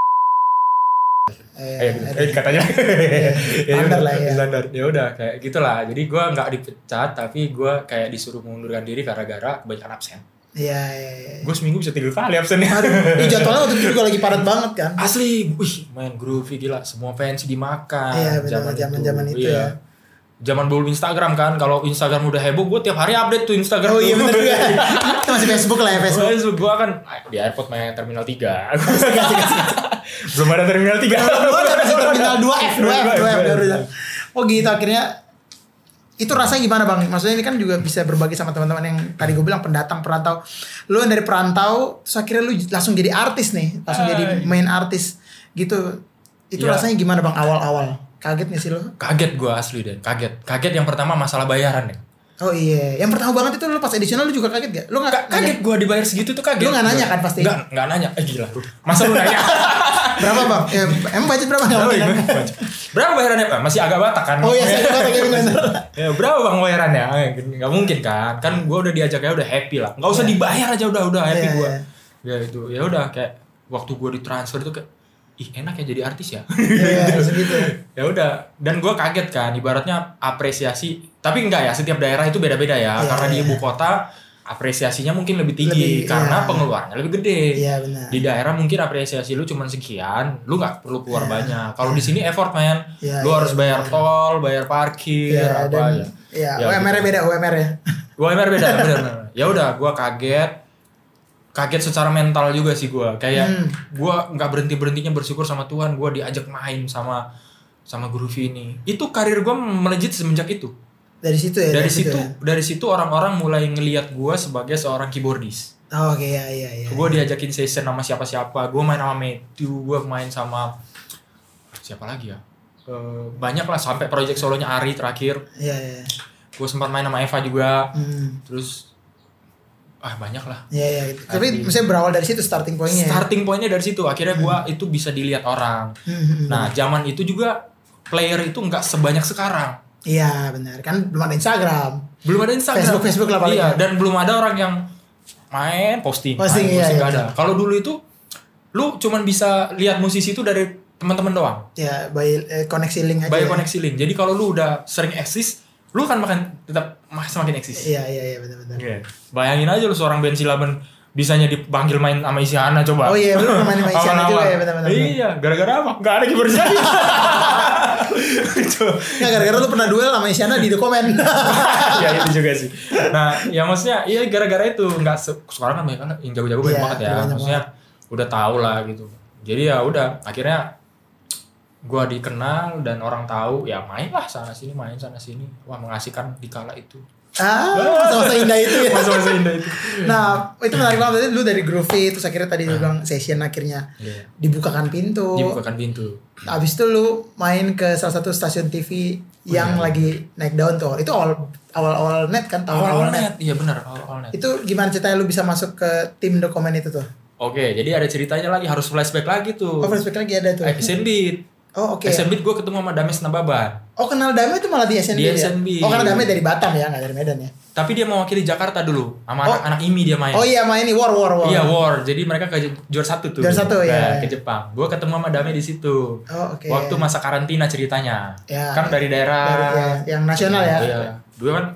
Katanya. Standar. Ya udah kayak gitulah. Jadi gue nggak dipecat, tapi gue kayak disuruh mengundurkan diri gara-gara kebanyakan absen. Iya. Gue seminggu bisa 3 kali absennya. Jadwalnya waktu itu juga lagi padat banget kan. Asli, main Groovy gila, semua fans dimakan. Iya benar, zaman itu ya. Zaman belum Instagram kan, kalau Instagram udah heboh, gue tiap hari update tuh Instagram. Oh iya benar juga. Itu masih Facebook lah ya, Facebook. Gue kan di airport main Terminal 3. Belum ada Terminal 3. Belum ada Terminal 2F. Oh gitu, akhirnya itu rasanya gimana bang? Maksudnya ini kan juga bisa berbagi sama teman-teman yang tadi gue bilang pendatang, perantau. Lu yang dari perantau, terus akhirnya lu langsung jadi artis nih, langsung jadi main artis. gitu. Itu Ya. rasanya gimana Bang awal-awal? Kaget gak sih lo? Kaget gue asli deh, kaget yang pertama masalah bayaran deh. Oh iya, yang pertama banget itu lo pas edisional lo juga kaget gak? Lo gak Kaget gue dibayar segitu tuh kaget. Lo gak nanya kan pasti? Gak nanya, gila. Masa lu nanya? Berapa Bang? Emang budget berapa? Berapa bayarannya? Masih agak Batak kan? Oh iya, saya Batak ya benar. Ya, berapa Bang bayarannya? Gak mungkin kan? Kan gue udah diajak ya udah happy lah. Gak usah dibayar aja udah happy gue. Ya itu, ya udah kayak waktu gue ditransfer itu kayak enak ya jadi artis ya. Iya, segitu. Ya udah, dan gue kaget kan, ibaratnya apresiasi, tapi enggak ya, setiap daerah itu beda-beda ya, karena di ibu kota apresiasinya mungkin lebih tinggi karena pengeluarannya lebih gede. Iya benar. Di daerah mungkin apresiasi lu cuma sekian, lu nggak perlu keluar banyak. Kalau di sini effort man, lu harus bayar tol, bayar parkir, apa ya. UMR-nya beda, UMR-nya. UMR beda, benar. Ya udah, gue kaget secara mental juga sih gue, kayak gue nggak berhentinya bersyukur sama Tuhan, gue diajak main sama Groovy ini. Itu karir gue melejit semenjak itu. Dari situ ya. Dari situ orang-orang mulai ngelihat gue sebagai seorang keyboardist. Oh oke, iya. Gue diajakin session sama siapa-siapa, gue main sama Matthew, gue main sama siapa lagi ya, banyak lah, sampai project solonya Ari terakhir. Iya. Gue sempat main sama Eva juga. Terus banyak lah. Iya gitu. Tapi misalnya berawal dari situ starting point-nya. Starting point-nya dari situ. Akhirnya gua itu bisa dilihat orang. Nah, zaman itu juga player itu nggak sebanyak sekarang. Iya, benar. Kan belum ada Instagram. Facebook lah paling. Iya, dan belum ada orang yang main posting iya, nggak ada. Kalau dulu itu lu cuman bisa lihat musisi itu dari teman-teman doang. Ya, by koneksi link aja. By koneksi link. Jadi kalau lu udah sering eksis, lu kan tetap semakin eksis. Iya benar. Yeah. Bayangin aja lu seorang Ben Silaban bisanya dipanggil main sama Isyana coba. Oh iya, lu main sama Isyana juga ya, benar. Iya, gara-gara apa? Enggak ada kiper jadi. Nah, gara-gara lu pernah duel sama Isyana di The Comment. Ya itu juga sih. Nah, ya maksudnya iya gara-gara itu enggak sekarang kan banyak kan yang jago-jago banyak banget ya. Maksudnya udah tahu lah gitu. Jadi ya udah, akhirnya gua dikenal dan orang tahu, ya main sana sini. Wah, mengasihkan di kala itu. Masa-masa indah itu ya. Masa-masa indah itu. Nah, itu menarik banget. Tadi lu dari Groovy, terus akhirnya tadi lu bilang session akhirnya dibukakan pintu. Abis itu lu main ke salah satu stasiun TV yang lagi naik daun tuh. Itu awal net kan? Awal net. Iya benar, awal net. Itu gimana ceritanya lu bisa masuk ke tim The Comment itu tuh? Oke, jadi ada ceritanya lagi, harus flashback lagi tuh. Oh, flashback lagi ada tuh. Asian Beat. Oh, oke. Asian Beat gue ketemu sama Dames Nababan. Oh, kenal Dame itu malah di Asian Beat. Di Asian Beat. Oh, karena Dame dari Batam ya, enggak dari Medan ya. Tapi dia mewakili Jakarta dulu. Sama anak-anak IMI dia main. Oh iya, main nih War. Iya, War. Jadi mereka ke juara 1 tuh. Juara 1 ya. Ke Jepang. Gue ketemu sama Dame di situ. Oh, oke. Waktu masa karantina ceritanya. Ya. Kan dari daerah yang nasional ya. Iya. Dua kan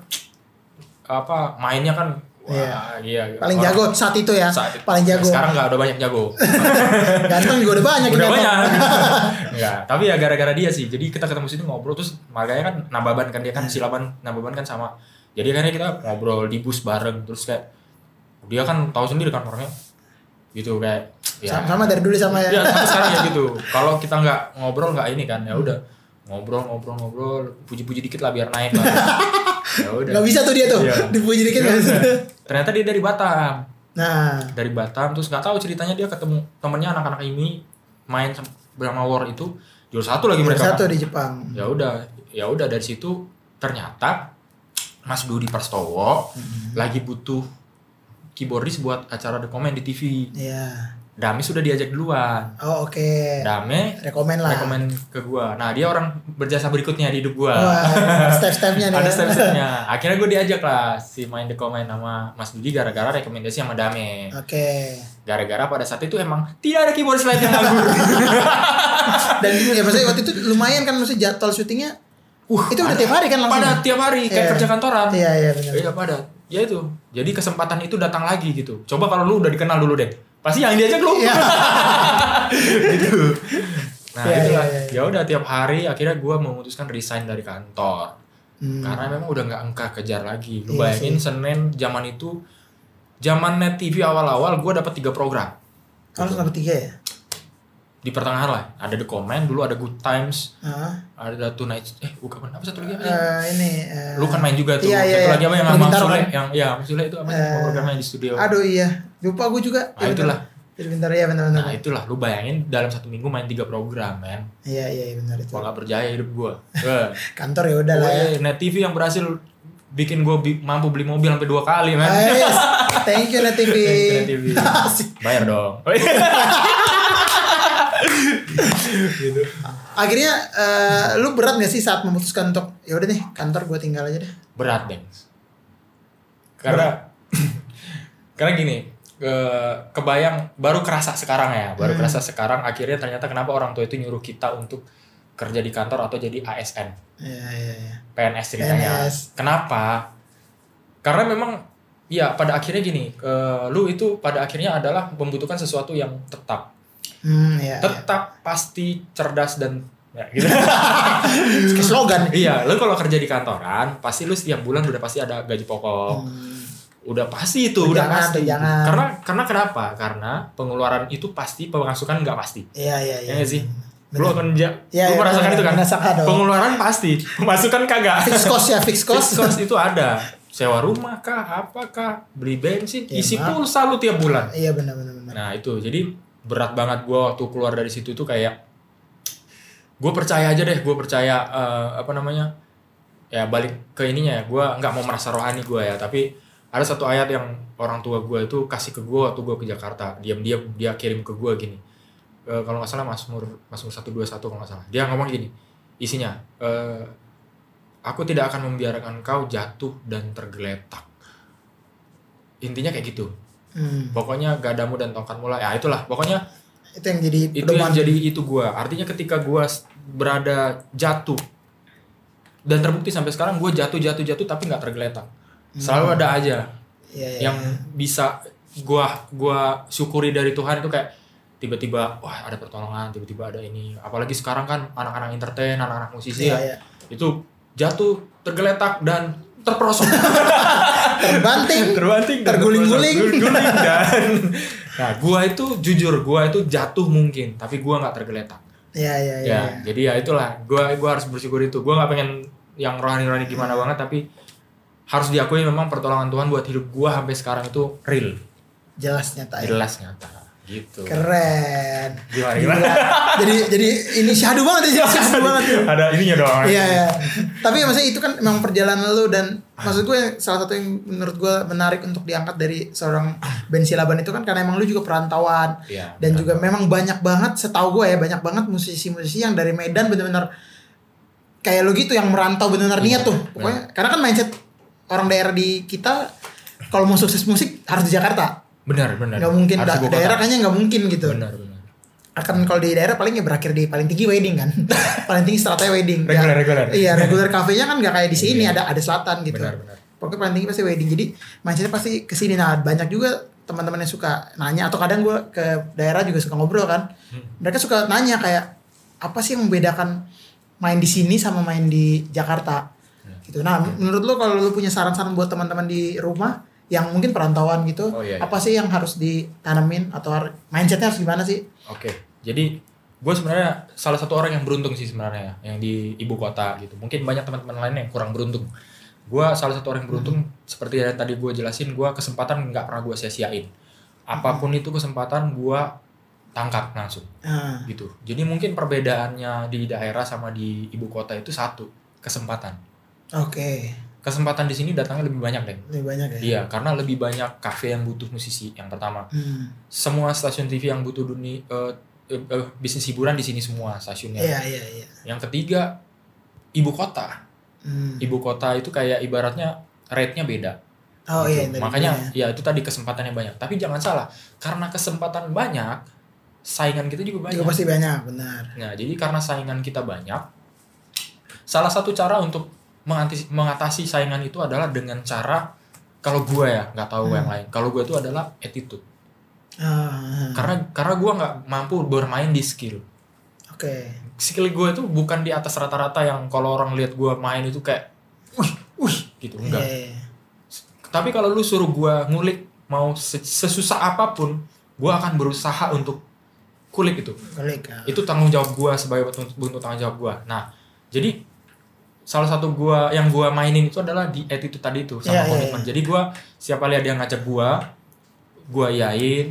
mainnya kan iya. Paling jago saat itu ya. Paling jago. Sekarang enggak, udah banyak jago. Ganteng juga udah banyak. Udah banyak. Enggak, tapi ya gara-gara dia sih. Jadi kita ketemu situ ngobrol, terus makanya kan Nababan kan, dia kan Silaban Nababan kan sama. Jadi akhirnya kita ngobrol di bus bareng, terus kayak dia kan tahu sendiri kan orangnya gitu kayak ya. Sama dari dulu sama ya. Iya, sampai sekarang ya gitu. Kalau kita nggak ngobrol nggak ini kan, ya udah ngobrol, puji-puji dikit lah biar naik lah. Ya udah. Gak bisa tuh dia tuh, dipuji dikit gak bisa. Ternyata dia dari Batam. Nah, dari Batam, terus nggak tahu ceritanya dia ketemu temennya anak-anak ini main bersama War itu juara 1 lagi mereka. Juara 1 di Jepang. Ya udah dari situ ternyata Mas Dudi Prastowo lagi butuh keyboardis buat acara The Comment di TV. Iya. Dame sudah diajak duluan. Oh oke. Dame rekomen ke gua. Nah dia orang berjasa berikutnya di hidup gua. Step-stepnya nih. Ada step-stepnya. Akhirnya gua diajak lah si main The Comment sama Mas Dudi gara-gara rekomendasi sama Dame. Oke. Gara-gara pada saat itu emang tidak ada keyboard slide yang nganggur. Dan ya maksudnya waktu itu lumayan kan, maksudnya jadwal syutingnya. Itu udah tiap hari kan langsung. Pada tiap hari kayak kerja kantoran. Iya benar. Iya pada. Ya itu. Jadi kesempatan itu datang lagi gitu. Coba kalau lu udah dikenal dulu deh. Pasti yang diajak lu. Iya. Gitu. Nah, itulah. Ya udah tiap hari akhirnya gue memutuskan resign dari kantor. Karena memang udah enggak kejar lagi. Lu bayangin Senin zaman itu, zaman Net TV awal-awal gue dapat 3 program. Harus dapat 3 ya? Di pertengahan lah. Ada The Comment, dulu ada Good Times. Ada Tonight. Bukan apa satu lagi apa sih? Lu kan main juga tuh. Satu lagi apa yang sama Sule, yang Sule itu apa programnya di studio. Aduh iya. Lupa gue juga. Nah itulah. Jadi bentar ya benar-benar. Nah itulah, lu bayangin dalam 1 minggu main 3 program, men. Iya benar itu. Gua gak berjaya hidup gua. Kantor ya udah lah ya. Net TV yang berhasil bikin gua mampu beli mobil sampai 2 kali, men. Yes. Thank you Net TV. Net TV. Bayar dong. Gitu. Akhirnya lu berat gak sih saat memutuskan untuk ya udah nih kantor gue tinggal aja deh? Berat, Deng. Karena gini, kebayang baru kerasa sekarang ya, kerasa sekarang akhirnya ternyata kenapa orang tua itu nyuruh kita untuk kerja di kantor atau jadi ASN. Iya. PNS ceritanya. PNS. Kenapa? Karena memang ya pada akhirnya gini, lu itu pada akhirnya adalah membutuhkan sesuatu yang tetap. Tetap pasti cerdas dan ya gitu. Slogan. Iya, lu kalau kerja di kantoran pasti lu setiap bulan udah pasti ada gaji pokok. Udah pasti itu, udah pasti. Karena kenapa? Karena pengeluaran itu pasti, pemasukan nggak pasti. Iya. Ya nggak sih? Lu akan lu merasakan itu kan? Pengeluaran pasti, pemasukan kagak. Fixed cost ya, fixed cost itu ada. Sewa rumah kah, apakah, beli bensin, isi pulsa lu tiap bulan. Iya benar. Nah itu, jadi berat banget gue waktu keluar dari situ tuh kayak gue percaya aja deh, ya balik ke ininya ya, gue nggak mau merasa rohani gue ya, tapi ada satu ayat yang orang tua gue itu kasih ke gue waktu gue ke Jakarta, diam-diam dia kirim ke gue gini, kalau nggak salah Mazmur 121 kalau nggak salah, dia ngomong gini isinya, aku tidak akan membiarkan kau jatuh dan tergeletak, intinya kayak gitu. Pokoknya gadamu dan tongkatmu lah, ya itulah pokoknya itu yang jadi itu gue. Artinya ketika gue berada jatuh dan terbukti sampai sekarang gue jatuh tapi nggak tergeletak, selalu ada aja yang bisa gue syukuri dari Tuhan. Itu kayak tiba-tiba wah ada pertolongan, tiba-tiba ada ini, apalagi sekarang kan anak-anak entertain, anak-anak musisi itu jatuh, tergeletak dan terperosok, terbanting, terguling-guling dan nah gua itu jujur jatuh mungkin tapi gua nggak tergeletak. Iya. Jadi ya itulah gua harus bersyukur itu. Gua nggak pengen yang rohani gimana banget, tapi harus diakui memang pertolongan Tuhan buat hidup gua sampai sekarang itu real, jelas nyata gitu. Keren. Gimana? jadi ini syahdu banget ya, Ada ininya dong. Iya. Tapi maksudnya itu kan memang perjalanan lu, dan maksud gue salah satu yang menurut gue menarik untuk diangkat dari seorang Ben Silaban itu kan karena emang lu juga perantauan. Dan juga memang banyak banget, setahu gue ya, banyak banget musisi-musisi yang dari Medan benar-benar kayak lu gitu yang merantau benar-benar niat tuh. Pokoknya karena kan mindset orang daerah di kita kalau mau sukses musik harus di Jakarta. Benar. Nggak mungkin daerah kayaknya nggak mungkin gitu. Benar. Akan kalau di daerah paling ya berakhir di paling tinggi wedding kan. Paling tinggi stratanya wedding. Reguler. Iya, reguler kafenya kan nggak kayak di sini ada selatan gitu. Benar. Pokoknya paling tinggi pasti wedding. Jadi mindsetnya pasti ke sini. Nah, banyak juga teman-teman yang suka nanya, atau kadang gue ke daerah juga suka ngobrol kan. Mereka suka nanya kayak apa sih yang membedakan main di sini sama main di Jakarta. Gitu. Nah, menurut lo kalau lo punya saran-saran buat teman-teman di rumah yang mungkin perantauan gitu, apa sih yang harus ditanamin atau mindsetnya harus gimana sih? Oke, jadi gue sebenarnya salah satu orang yang beruntung sih sebenarnya, yang di ibu kota gitu. Mungkin banyak teman-teman lain yang kurang beruntung. Gue salah satu orang yang beruntung, seperti yang tadi gue jelasin, gue kesempatan nggak pernah gue sia-siain. Apapun itu kesempatan gue tangkap langsung, gitu. Jadi mungkin perbedaannya di daerah sama di ibu kota itu satu, kesempatan. Kesempatan di sini datangnya lebih banyak deh. Lebih banyak ya? Iya, karena lebih banyak kafe yang butuh musisi yang pertama. Semua stasiun TV yang butuh bisnis hiburan di sini semua stasiunnya. Iya. Yang ketiga, ibu kota. Ibu kota itu kayak ibaratnya rate-nya beda. Gitu. Makanya ya itu tadi kesempatannya banyak. Tapi jangan salah, karena kesempatan banyak, saingan kita juga banyak. Juga pasti banyak, benar. Nah, jadi karena saingan kita banyak, salah satu cara untuk mengatasi saingan itu adalah dengan cara, kalau gue ya nggak tahu yang lain, kalau gue itu adalah attitude. Karena gue nggak mampu bermain di skill. Skill gue itu bukan di atas rata-rata yang kalau orang lihat gue main itu kayak wih gitu, enggak. Tapi kalau lu suruh gue ngulik mau sesusah apapun, gue akan berusaha untuk kulik itu. Itu tanggung jawab gue sebagai bentuk tanggung jawab gue. Nah, jadi salah satu yang gua mainin itu adalah di attitude tadi itu sama komitmen. Jadi gua siapa lihat dia ngajak gua iyain,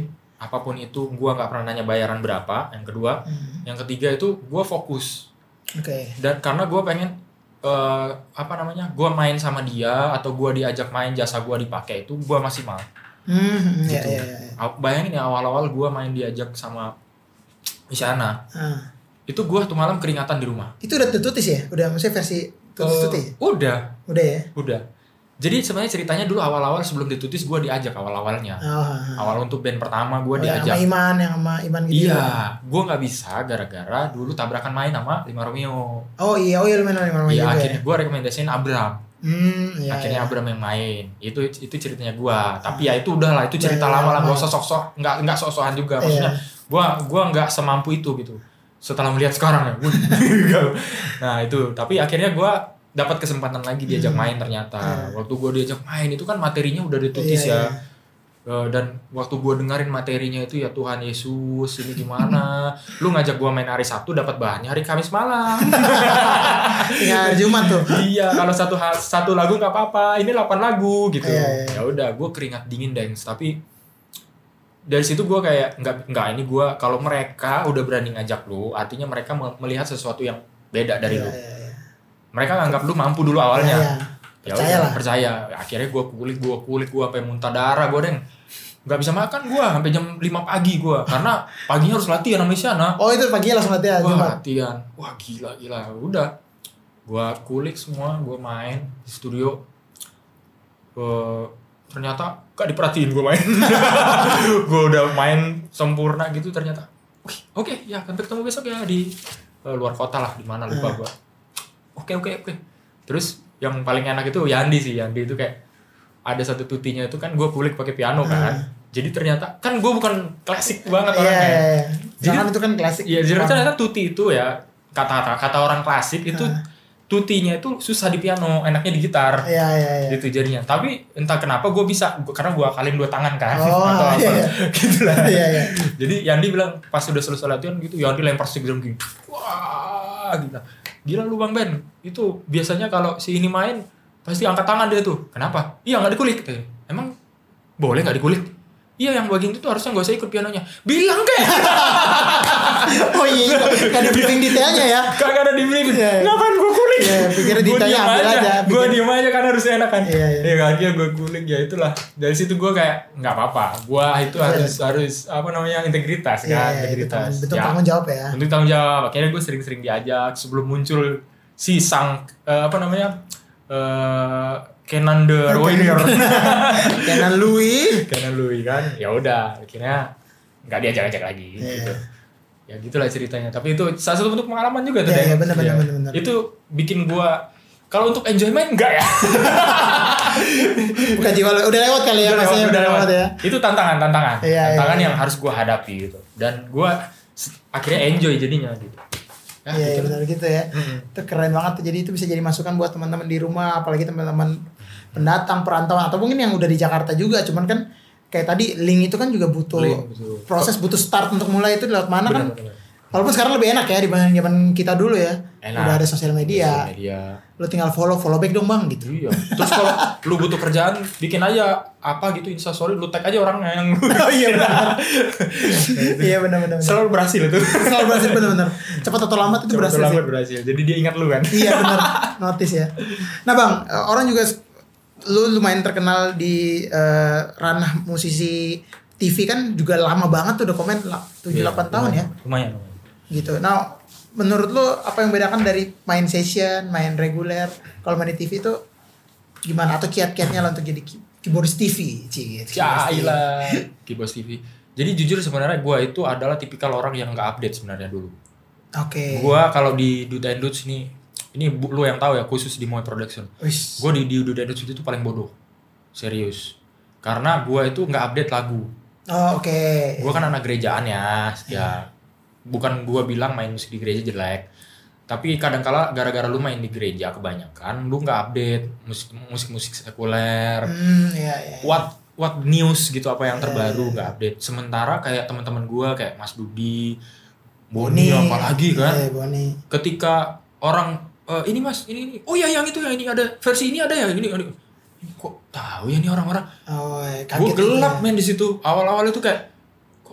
apapun itu gue nggak pernah nanya bayaran berapa. Yang kedua, yang ketiga itu gue fokus. Dan karena gue pengen gue main sama dia atau gue diajak main, jasa gue dipakai, itu gue masih mau. Gitu. Bayangin ya, awal-awal gue main diajak sama Isyana. Itu gue tuh malam keringatan di rumah. Itu udah tutis ya? Udah maksudnya versi tutis? Udah ya? Udah. Jadi sebenarnya ceritanya dulu awal-awal sebelum ditutis gue diajak awal-awalnya. Awal untuk band pertama gue diajak. Yang sama Iman gitu. Iya, gue nggak bisa gara-gara dulu tabrakan main sama Lima Romeo. Oh iya lu main sama Lima Romeo. Iya, akhirnya gue rekomendasiin Abram. Akhirnya Abram yang main. Itu ceritanya gue. Tapi ya itu udahlah, itu cerita lama lah, nggak usah sok-sok, nggak sok-sokan juga. Maksudnya gue nggak semampu itu gitu. Setelah melihat sekarang ya. Nah itu, tapi akhirnya gue dapat kesempatan lagi diajak main ternyata. Waktu gue diajak main itu kan materinya udah ditulis ya. Dan waktu gue dengerin materinya itu, ya Tuhan Yesus, ini gimana? Lu ngajak gue main hari Sabtu, dapat bahannya hari Kamis malam. Ya Jumat tuh. Iya, kalau satu lagu nggak apa-apa. Ini 8 lagu gitu. Ya udah, gue keringat dingin dance. Tapi dari situ gue kayak nggak ini gue, kalau mereka udah berani ngajak lu, artinya mereka melihat sesuatu yang beda dari lu. Mereka nganggap lu mampu dulu awalnya. Ya percaya. Akhirnya gue kulik gue sampai muntah darah gue, Deng. Nggak bisa makan gue sampai jam 5 pagi gue, karena paginya harus latihan sama Isyana. Oh itu paginya langsung latihan. Latihan. Wah gila. Udah. Gue kulik semua, gue main di studio. Ternyata gak diperhatiin gue main. Gue udah main sempurna gitu, ternyata. Oke, ya sampai ketemu besok ya di luar kota lah, di mana lupa gue. Oke. Terus yang paling enak itu Yandi itu kayak ada satu tutinya itu kan gue kulik pakai piano kan. Jadi ternyata kan gue bukan klasik banget orangnya. Jadi itu kan klasik. Iya, jadi ternyata tuti itu ya kata orang klasik itu tutinya itu susah di piano, enaknya di gitar. Iya. Gitu jadinya. Tapi entah kenapa gue bisa, karena gue akalin 2 tangan kan atau apa gitu lah. Iya. Jadi Yandi bilang pas udah selesai latihan gitu, Yandi lempar stick drum gini. Wah, gila lu Bang Ben. Itu biasanya kalau si ini main pasti angkat tangan dia tuh. Kenapa? Iya enggak dikulik. Emang boleh enggak dikulik? Iya, yang bagian itu tuh harusnya enggak usah ikut pianonya. Bilang kayak. Oh iya, enggak ada briefing detailnya ya. Kagak ada di briefing. Ngapain gue kulik? Iya, pikirnya detailnya ambil aja. Gue diem aja kan, harusnya enak kan. Iya. Ya akhirnya gue kulik, ya itulah. Dari situ gue kayak enggak apa-apa. Gue itu harus apa namanya, integritas kan, integritas. Bentuk tanggung jawab ya. Bentuk tanggung jawab. Akhirnya gue sering-sering diajak sebelum muncul si sang Kenan the Warrior. Kenan Louis kan. Ya udah, akhirnya nggak diajak-ajak lagi gitu. Ya gitulah ceritanya. Tapi itu salah satu bentuk pengalaman juga tuh. Iya, benar. Itu bikin gua, kalau untuk enjoyment enggak ya. Bukan jiwa udah lewat kali ya, masanya udah lewat ya. Itu tantangan Iya. yang harus gua hadapi gitu. Dan gua akhirnya enjoy jadinya gitu. Iya, benar gitu ya. Itu keren banget tuh. Jadi itu bisa jadi masukan buat teman-teman di rumah, apalagi teman-teman pendatang, perantauan, atau mungkin yang udah di Jakarta juga. Cuman kan kayak tadi link itu kan juga butuh proses, butuh start untuk mulai itu lewat mana kan. Walaupun sekarang lebih enak ya dibanding zaman kita dulu ya. Udah ada sosial media. Lu tinggal follow back dong Bang gitu. Iya. Terus kalau lu butuh kerjaan, bikin aja apa gitu Instastory, lu tag aja orangnya yang. Oh iya benar. Iya benar. Selalu berhasil itu. Benar. Cepat atau lambat itu berhasil. Berhasil. Jadi dia ingat lu kan. Iya benar. Notice ya. Nah Bang, orang juga lu lumayan terkenal di ranah musisi TV kan, juga lama banget tuh, udah komen 7-8 tahun ya. Lumayan. Gitu. Nah, menurut lu apa yang membedakan dari main session, main reguler, kalau main di TV itu gimana, atau kiat-kiatnya lah untuk jadi keyboardist TV? Keyboardist TV. Jadi jujur sebenarnya gue itu adalah tipikal orang yang nggak update sebenarnya dulu. Oke. Gue kalau di Dude and Dudes ini lu yang tahu ya, khusus di Moe Production. Gue di Dude and Dudes itu paling bodoh, serius. Karena gue itu nggak update lagu. Oh, oke. Gue kan anak gerejaan ya. Bukan gue bilang main musik di gereja jelek, tapi kadang-kala gara-gara lu main di gereja kebanyakan lu nggak update musik sekuler. Iya. What news gitu, apa yang terbaru nggak update. Sementara kayak teman-teman gue kayak Mas Dudi, Boni apalagi kan. Boni. Ketika orang ini Mas, ini. Oh ya yang itu, yang ini ada versi ini, ada ya ini. Kok tahu ya nih orang-orang. Oh, gue gelap main di situ. Awal-awal itu kayak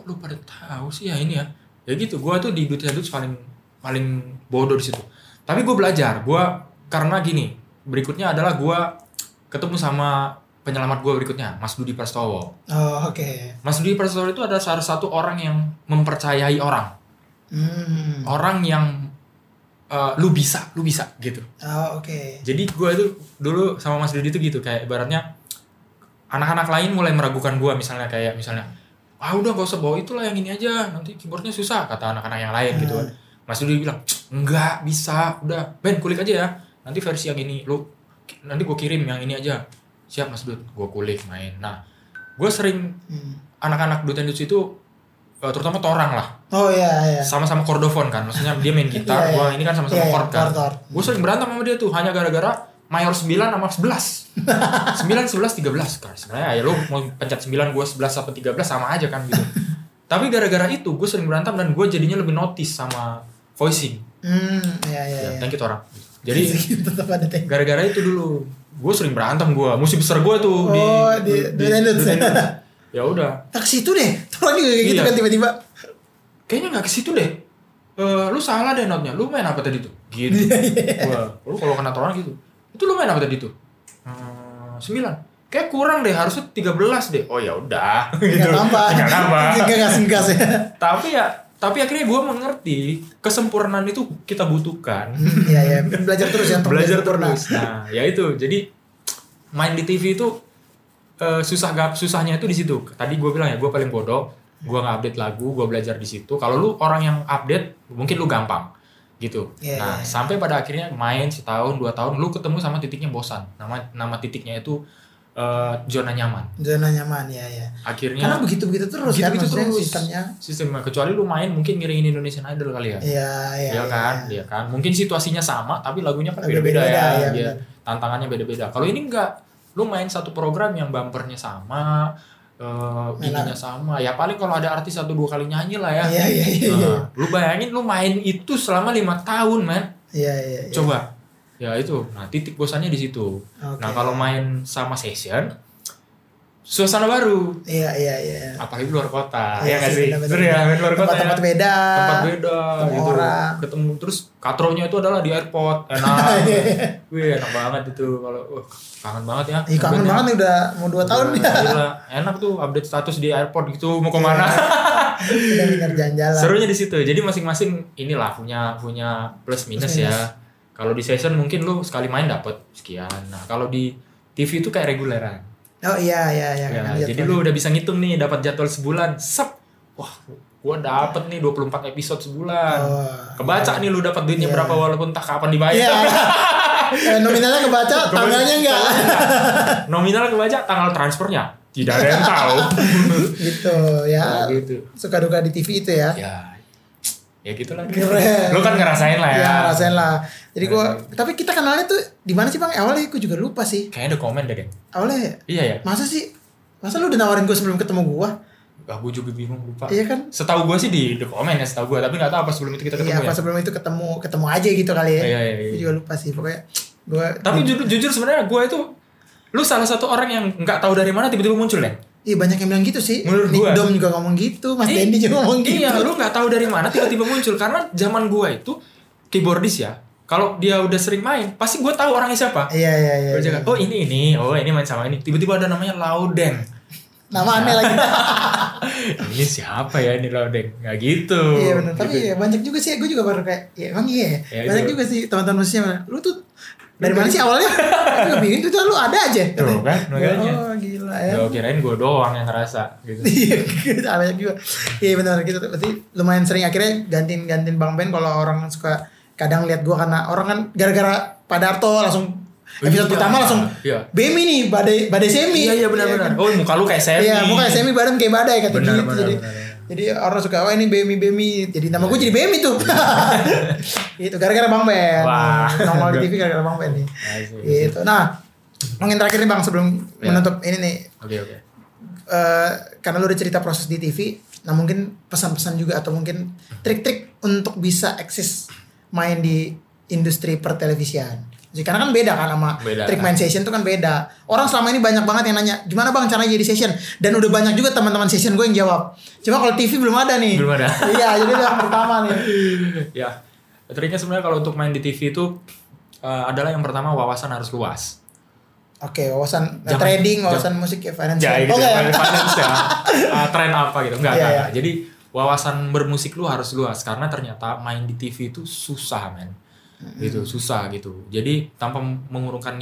lu pada tahu sih ya ini ya? Ya gitu, gue tuh di Duta Dut paling bodoh di situ. Tapi gue belajar, karena gini, berikutnya adalah gue ketemu sama penyelamat gue berikutnya, Mas Dudi Prastowo. Oh, oke. Mas Dudi Prastowo itu adalah salah satu orang yang mempercayai orang. Orang yang lu bisa gitu. Oh, oke. Jadi gue itu dulu sama Mas Dudi itu gitu, kayak ibaratnya anak-anak lain mulai meragukan gue, misalnya udah gak usah bawa itulah, yang ini aja, nanti keyboardnya susah, kata anak-anak yang lain gitu kan. Mas Dudi bilang, enggak bisa, udah Ben kulik aja ya, nanti versi yang ini nanti gue kirim yang ini aja. Siap Mas Dud, gue kulik main. Nah gue sering anak-anak Duta Dut itu terutama Torang lah. Oh iya. Sama-sama kordofon kan, maksudnya dia main gitar, gue ini kan sama-sama chord kan. Gue sering berantem sama dia tuh hanya gara-gara mayor 9 sama 11. 9, 11, 13 kan. Sebenarnya ya lu mau pencet 9, gue 11 atau 13 sama aja kan gitu. Tapi gara-gara itu gue sering berantem dan gue jadinya lebih notice sama voicing. Iya. Thank you Torang. Jadi gara-gara itu dulu gue sering berantem, musuh besar gue tuh di ya udah. Tak ke situ deh. Torang juga kayak gitu kan tiba-tiba. Kayaknya nggak ke situ deh. Lu salah deh notnya. Lu main apa tadi tuh? Gitu. Lu kalau kena Torang gitu. Itu lu main apa tadi tuh? 9. Kayak kurang deh, harusnya 13 deh. Oh ya udah. Gitu. Enggak nambah. Gas ya. Tapi akhirnya gue mengerti kesempurnaan itu kita butuhkan. Iya. Belajar terus ya. Belajar terus. Nah, ya itu. Jadi main di TV itu susahnya itu di situ. Tadi gue bilang ya, gue paling bodoh. Gue nggak update lagu, gue belajar di situ. Kalau lu orang yang update, mungkin lu gampang. Gitu. Sampai pada akhirnya main setahun 2 tahun lu ketemu sama titiknya bosan. Nama titiknya itu zona nyaman. Ya. Akhirnya karena begitu terus kan sistemnya. Kecuali lu main mungkin ngiringin Indonesian Idol kali ya. Iya kan. Mungkin situasinya sama tapi lagunya kan beda-beda ya. Iya. Tantangannya beda-beda. Kalau ini enggak, lu main satu program yang bumpernya sama, ininya sama. Ya paling kalau ada artis 1-2 kali nyanyi lah ya. Iya. Lu bayangin lu main itu selama 5 tahun, man. Iya. Coba. Ya itu. Nah, titik bosannya di situ. Okay. Nah, kalau main sama session suasana baru. Iya. Apalagi luar kota. Ya enggak sih? Bener ya, main luar kota. Tempat beda gitu. Ketemu terus katronya itu adalah di airport. Enak. Wih, enak banget itu kalau kangen banget ya. Kangen banget nih udah mau 2 tahun ya. Gila. Enak tuh update status di airport gitu, mau kemana. Benar jalan-jalan. Serunya di situ. Jadi masing-masing inilah punya plus minus ya. Kalau di session mungkin lu sekali main dapat sekian. Nah, kalau di TV itu kayak reguleran. Oh iya. Jadi lu udah bisa ngitung nih dapat jadwal sebulan. Wah, gua dapat nih 24 episode sebulan. Kebaca nih lu dapat duitnya berapa walaupun tak kapan dibayar. Nominalnya kebaca, tanggalnya enggak. Nominal kebaca, tanggal transfernya tidak ada yang tahu. Gitu ya. Gitu. Suka duka di TV itu ya. Ya gitu lah. Lu kan ngerasain lah ya. Ngerasain lah. Jadi tapi kita kenalnya tuh di mana sih Bang? Awalnya gue juga lupa sih. Kayaknya ada komen deh. Awalnya Iya ya. Masa lu udah nawarin gue sebelum ketemu gue? Gue juga bingung, lupa. Iya kan? Setahu gue sih di komen ya, setahu gue, tapi enggak tahu apa sebelum itu kita ketemu ya. Iya, pas sebelum itu ketemu aja gitu kali ya. Iya. Gue juga lupa sih pokoknya. Tapi jujur sebenarnya gue itu lu salah satu orang yang enggak tahu dari mana tiba-tiba muncul ya. Iya banyak yang bilang gitu sih. Menurut Nick Dom juga ngomong gitu, Mas Dendi juga ngomong gitu. Iya, lu nggak tahu dari mana tiba-tiba muncul karena zaman gue itu keyboardis ya. Kalau dia udah sering main, pasti gue tahu orangnya siapa. Iya. Oh ini main sama ini. Tiba-tiba ada namanya Laudeng. Nama aneh lagi. Ini siapa ya ini Laudeng? Nggak gitu. Iya benar. Tapi ya, banyak juga sih. Gue juga baru kayak, ya emang iya. Banyak juga sih teman-teman musisinya. Lu tuh dari mana sih awalnya? Gue bingung tuh lu ada aja. Tuh kan, makanya. Oh gila ya. Gue kirain gue doang yang ngerasa gitu. Iya, banyak juga. Iya benar gitu. Berarti lumayan sering akhirnya gantiin Bang Ben kalau orang suka kadang lihat gue karena orang kan gara-gara Padarto langsung episode pertama langsung Bemi nih badai semi. Iya benar-benar. Oh muka lu kayak semi. Iya muka kayak semi badan kayak badai kata gitu. Jadi orang suka ini Bemi. Jadi nama gue jadi Bemi tuh. Itu gara-gara Bang Ben. Nongol di TV gara-gara Bang Ben nih. Gitu. Nah, ngomongin terakhir nih Bang sebelum menutup ini nih. Oke. Karena lu udah cerita proses di TV, nah mungkin pesan-pesan juga atau mungkin trik-trik untuk bisa eksis main di industri pertelevisian. Karena kan beda kan sama trik main session tuh kan beda. Orang selama ini banyak banget yang nanya, gimana bang caranya jadi session? Dan udah banyak juga teman-teman session gue yang jawab. Cuma kalau TV belum ada nih. Belum ada. Iya, jadi itu yang pertama nih. Ya, triknya sebenarnya kalau untuk main di TV itu adalah yang pertama wawasan harus luas. Oke, wawasan trading, wawasan musik ya, finance. Ya, gitu, finance ya. Tren apa gitu. Enggak. Jadi wawasan bermusik lu harus luas karena ternyata main di TV itu susah, men. Gitu, susah gitu. Jadi tanpa mengurungkan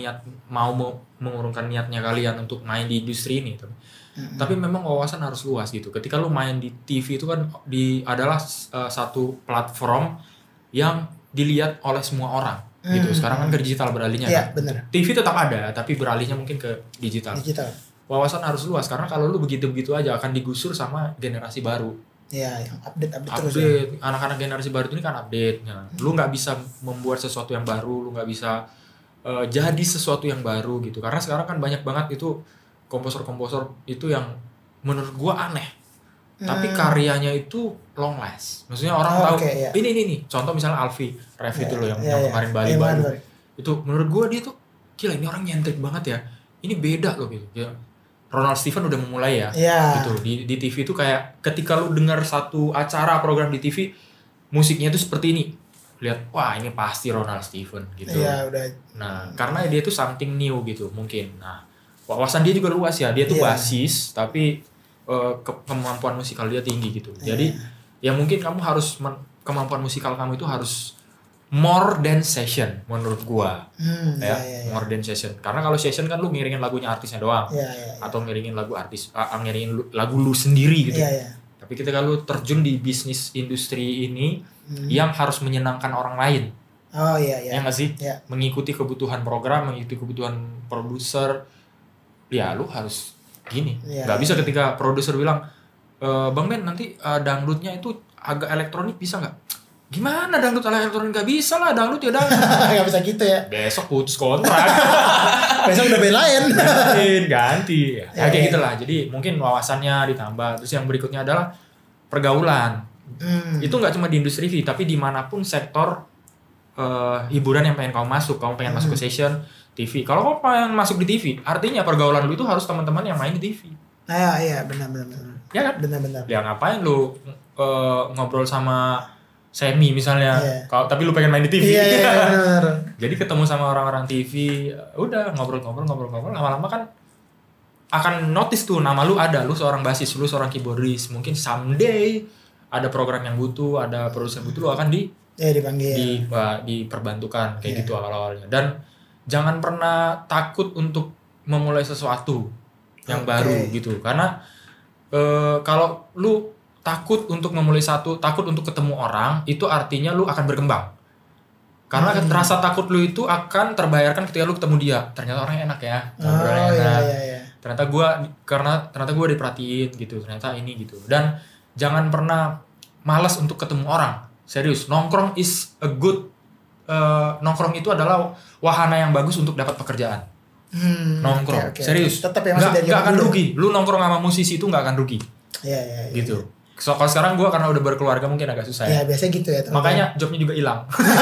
niatnya kalian untuk main di industri ini, tapi memang wawasan harus luas gitu. Ketika lu main di TV itu kan adalah satu platform yang dilihat oleh semua orang gitu. Sekarang kan ke digital beralihnya kan. Bener. TV tetap ada tapi beralihnya mungkin ke digital. Wawasan harus luas karena kalau lu begitu-begitu aja akan digusur sama generasi baru. Ya, yang update terus ya. Anak-anak generasi baru ini kan update. Nah, lu nggak bisa membuat sesuatu yang baru, lu nggak bisa jadi sesuatu yang baru gitu. Karena sekarang kan banyak banget itu komposer-komposer itu yang menurut gua aneh. Tapi karyanya itu long last. Maksudnya orang tahu ini nih. Contoh misalnya Alfi, Rev itu loh yang kemarin Bali baru. Itu menurut gua dia tuh gila, ini orang nyentrik banget ya. Ini beda loh gitu. Ya. Ronald Steven udah memulai ya, gitu di TV itu kayak ketika lu dengar satu acara program di TV musiknya itu seperti ini, lihat wah ini pasti Ronald Steven gitu. Nah karena dia tuh something new gitu mungkin. Nah wawasan dia juga luas ya, dia tuh basis tapi kemampuan musikal dia tinggi gitu. Jadi ya mungkin kamu harus kemampuan musikal kamu itu harus more than session menurut gua. More than session. Karena kalau session kan lu ngiringin lagunya artisnya doang. Atau ngiringin lagu artis, ngiringin lagu lu sendiri gitu. Tapi ketika lu terjun di bisnis industri ini yang harus menyenangkan orang lain. Ya nggak sih? Mengikuti kebutuhan program, mengikuti kebutuhan produser. Ya lu harus gini. Nggak bisa ketika produser bilang, Bang Ben nanti dangdutnya itu agak elektronik bisa nggak? Gimana dangdut ala elektronik? Gak bisa lah, dangdut ya dangdut. Gak bisa gitu ya. Besok putus kontrak. Besok udah belain. Ganti. Ya kayak gitulah. Jadi mungkin wawasannya ditambah. Terus yang berikutnya adalah pergaulan. Itu gak cuma di industri TV, tapi dimanapun sektor hiburan yang pengen kamu masuk. Kamu pengen masuk ke session TV. Kalau kamu pengen masuk di TV, artinya pergaulan lu itu harus teman-teman yang main di TV. Iya, benar. Ya kan? Benar. Ya ngapain lu ngobrol sama Semi misalnya, tapi lu pengen main di TV. Benar. Jadi ketemu sama orang-orang TV, udah ngobrol, lama-lama kan akan notice tuh nama lu ada, lu seorang basis, lu seorang keyboardist. Mungkin someday ada program yang butuh, ada produser yang butuh, lu akan dipanggil, diperbantukan kayak gitu awal-awalnya. Dan jangan pernah takut untuk memulai sesuatu yang baru gitu, karena kalau lu takut untuk memulai takut untuk ketemu orang, itu artinya lu akan berkembang. Karena rasa takut lu itu akan terbayarkan ketika lu ketemu dia. Ternyata orangnya enak ya, ngobrolnya enak. Ternyata gue diperhatiin gitu, ternyata ini gitu. Dan jangan pernah malas untuk ketemu orang. Serius, nongkrong is a good nongkrong itu adalah wahana yang bagus untuk dapat pekerjaan. Nongkrong, serius. Tetap ya, nggak akan rugi. Lu nongkrong sama musisi itu nggak akan rugi. Gitu. So, kalau sekarang gue karena udah berkeluarga mungkin agak susah ya. Biasanya gitu ya. Makanya jobnya juga hilang.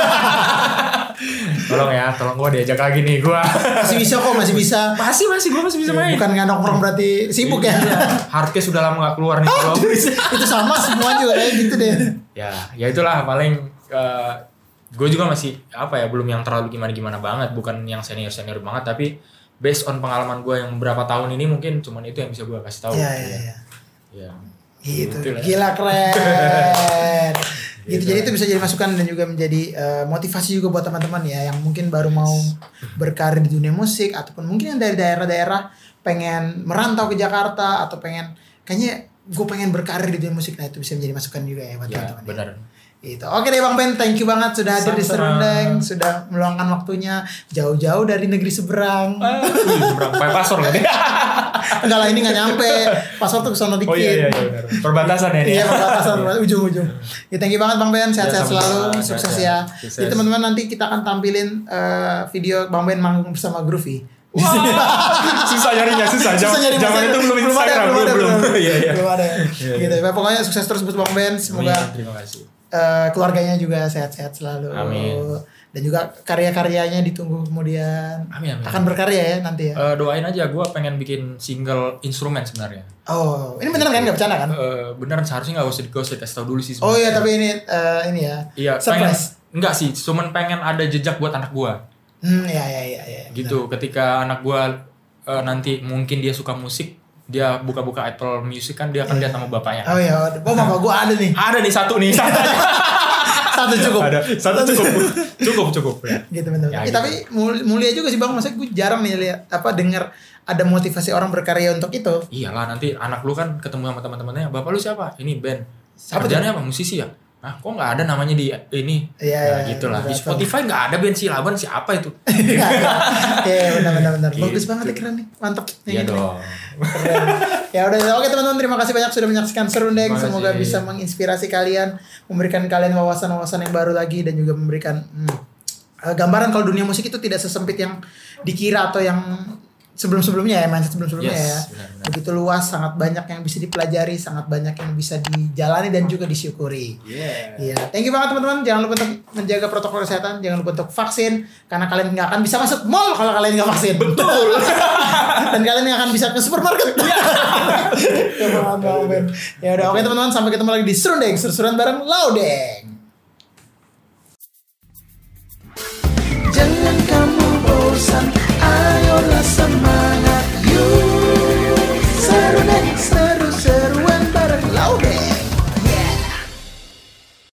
Tolong gue diajak lagi nih gue. Masih bisa kok, masih bisa. Gue masih bisa main. Bukan nggak nongkrong berarti sibuk ya. Hardcase sudah lama gak keluar nih. Itu sama semua juga kayak gitu deh. Ya itulah paling gue juga masih belum yang terlalu gimana banget, bukan yang senior banget, tapi based on pengalaman gue yang beberapa tahun ini mungkin cuman itu yang bisa gue kasih tahu. Iya. Gitu. Gila keren. Gitu. Jadi itu bisa jadi masukan dan juga menjadi motivasi juga buat teman-teman ya yang mungkin baru mau berkarir di dunia musik ataupun mungkin yang dari daerah-daerah pengen merantau ke Jakarta atau kayaknya gue pengen berkarir di dunia musik. Nah itu bisa menjadi masukan juga ya buat teman-teman. Benar. Gitu. Oke deh Bang Ben, thank you banget sudah hadir di Serundeng, sudah meluangkan waktunya jauh-jauh dari negeri seberang. Seberang, pakai paspor kan? Enggak lah, ini nggak nyampe, paspor tuh kesana dikit. Oh iya benar. Perbatasan ya ini. Iya perbatasan, ujung-ujung. Ya thank you banget Bang Ben, sehat-sehat selalu, sukses ya. Jadi teman-teman nanti kita akan tampilin video Bang Ben manggung bersama Groovy. Susah nyarinya, susah. Zaman itu belum Instagram, belum. Belum ada. Gitu. Pokoknya sukses terus buat Bang Ben. Semoga terima kasih. Keluarganya juga sehat-sehat selalu. Amin. Dan juga karya-karyanya ditunggu kemudian. Amin. Akan berkarya ya nanti ya. Doain aja, gue pengen bikin single instrumen sebenarnya. Oh, ini beneran kan, nggak bercanda kan? Beneran, seharusnya nggak usah kasih tau dulu sih sebenernya. Oh iya, tapi ini ya. Iya, surprise. Enggak sih, cuman pengen ada jejak buat anak gue. Iya. Gitu, ketika anak gue nanti mungkin dia suka musik, dia buka-buka Apple Music kan, dia akan lihat nama bapaknya. Oh iya, bapak gue ada nih. Ada nih satu nih. Satu cukup. Ada satu cukup ya. Gitu benar. Ya, gitu. Tapi mulia juga sih Bang, maksudnya gue jarang nih lihat dengar ada motivasi orang berkarya untuk itu. Iyalah, nanti anak lu kan ketemu sama teman-temannya, bapak lu siapa? Ini band. Siapa Kerjanya apa? Musisi ya? Ah, kok nggak ada namanya di ini? Iya, gitulah. Di Spotify nggak ada band Silaban, siapa itu? Iya, benar. Gitu. Bagus banget ya, keren nih. Mantap. Iya dong. Keren. Ya udah, oke teman-teman, terima kasih banyak sudah menyaksikan Serundeng. Semoga bisa menginspirasi kalian, memberikan kalian wawasan-wawasan yang baru lagi, dan juga memberikan gambaran kalau dunia musik itu tidak sesempit yang dikira atau yang sebelum-sebelumnya ya, mindset sebelum-sebelumnya ya. Benar. Begitu luas, sangat banyak yang bisa dipelajari, sangat banyak yang bisa dijalani dan juga disyukuri. Iya. Thank you banget teman-teman. Jangan lupa untuk menjaga protokol kesehatan, jangan lupa untuk vaksin, karena kalian nggak akan bisa masuk mall kalau kalian nggak vaksin. Betul. Dan kalian nggak akan bisa ke supermarket. Ya udah, oke teman-teman, sampai ketemu lagi di Serundeng, seru-seruan bareng Laudeng.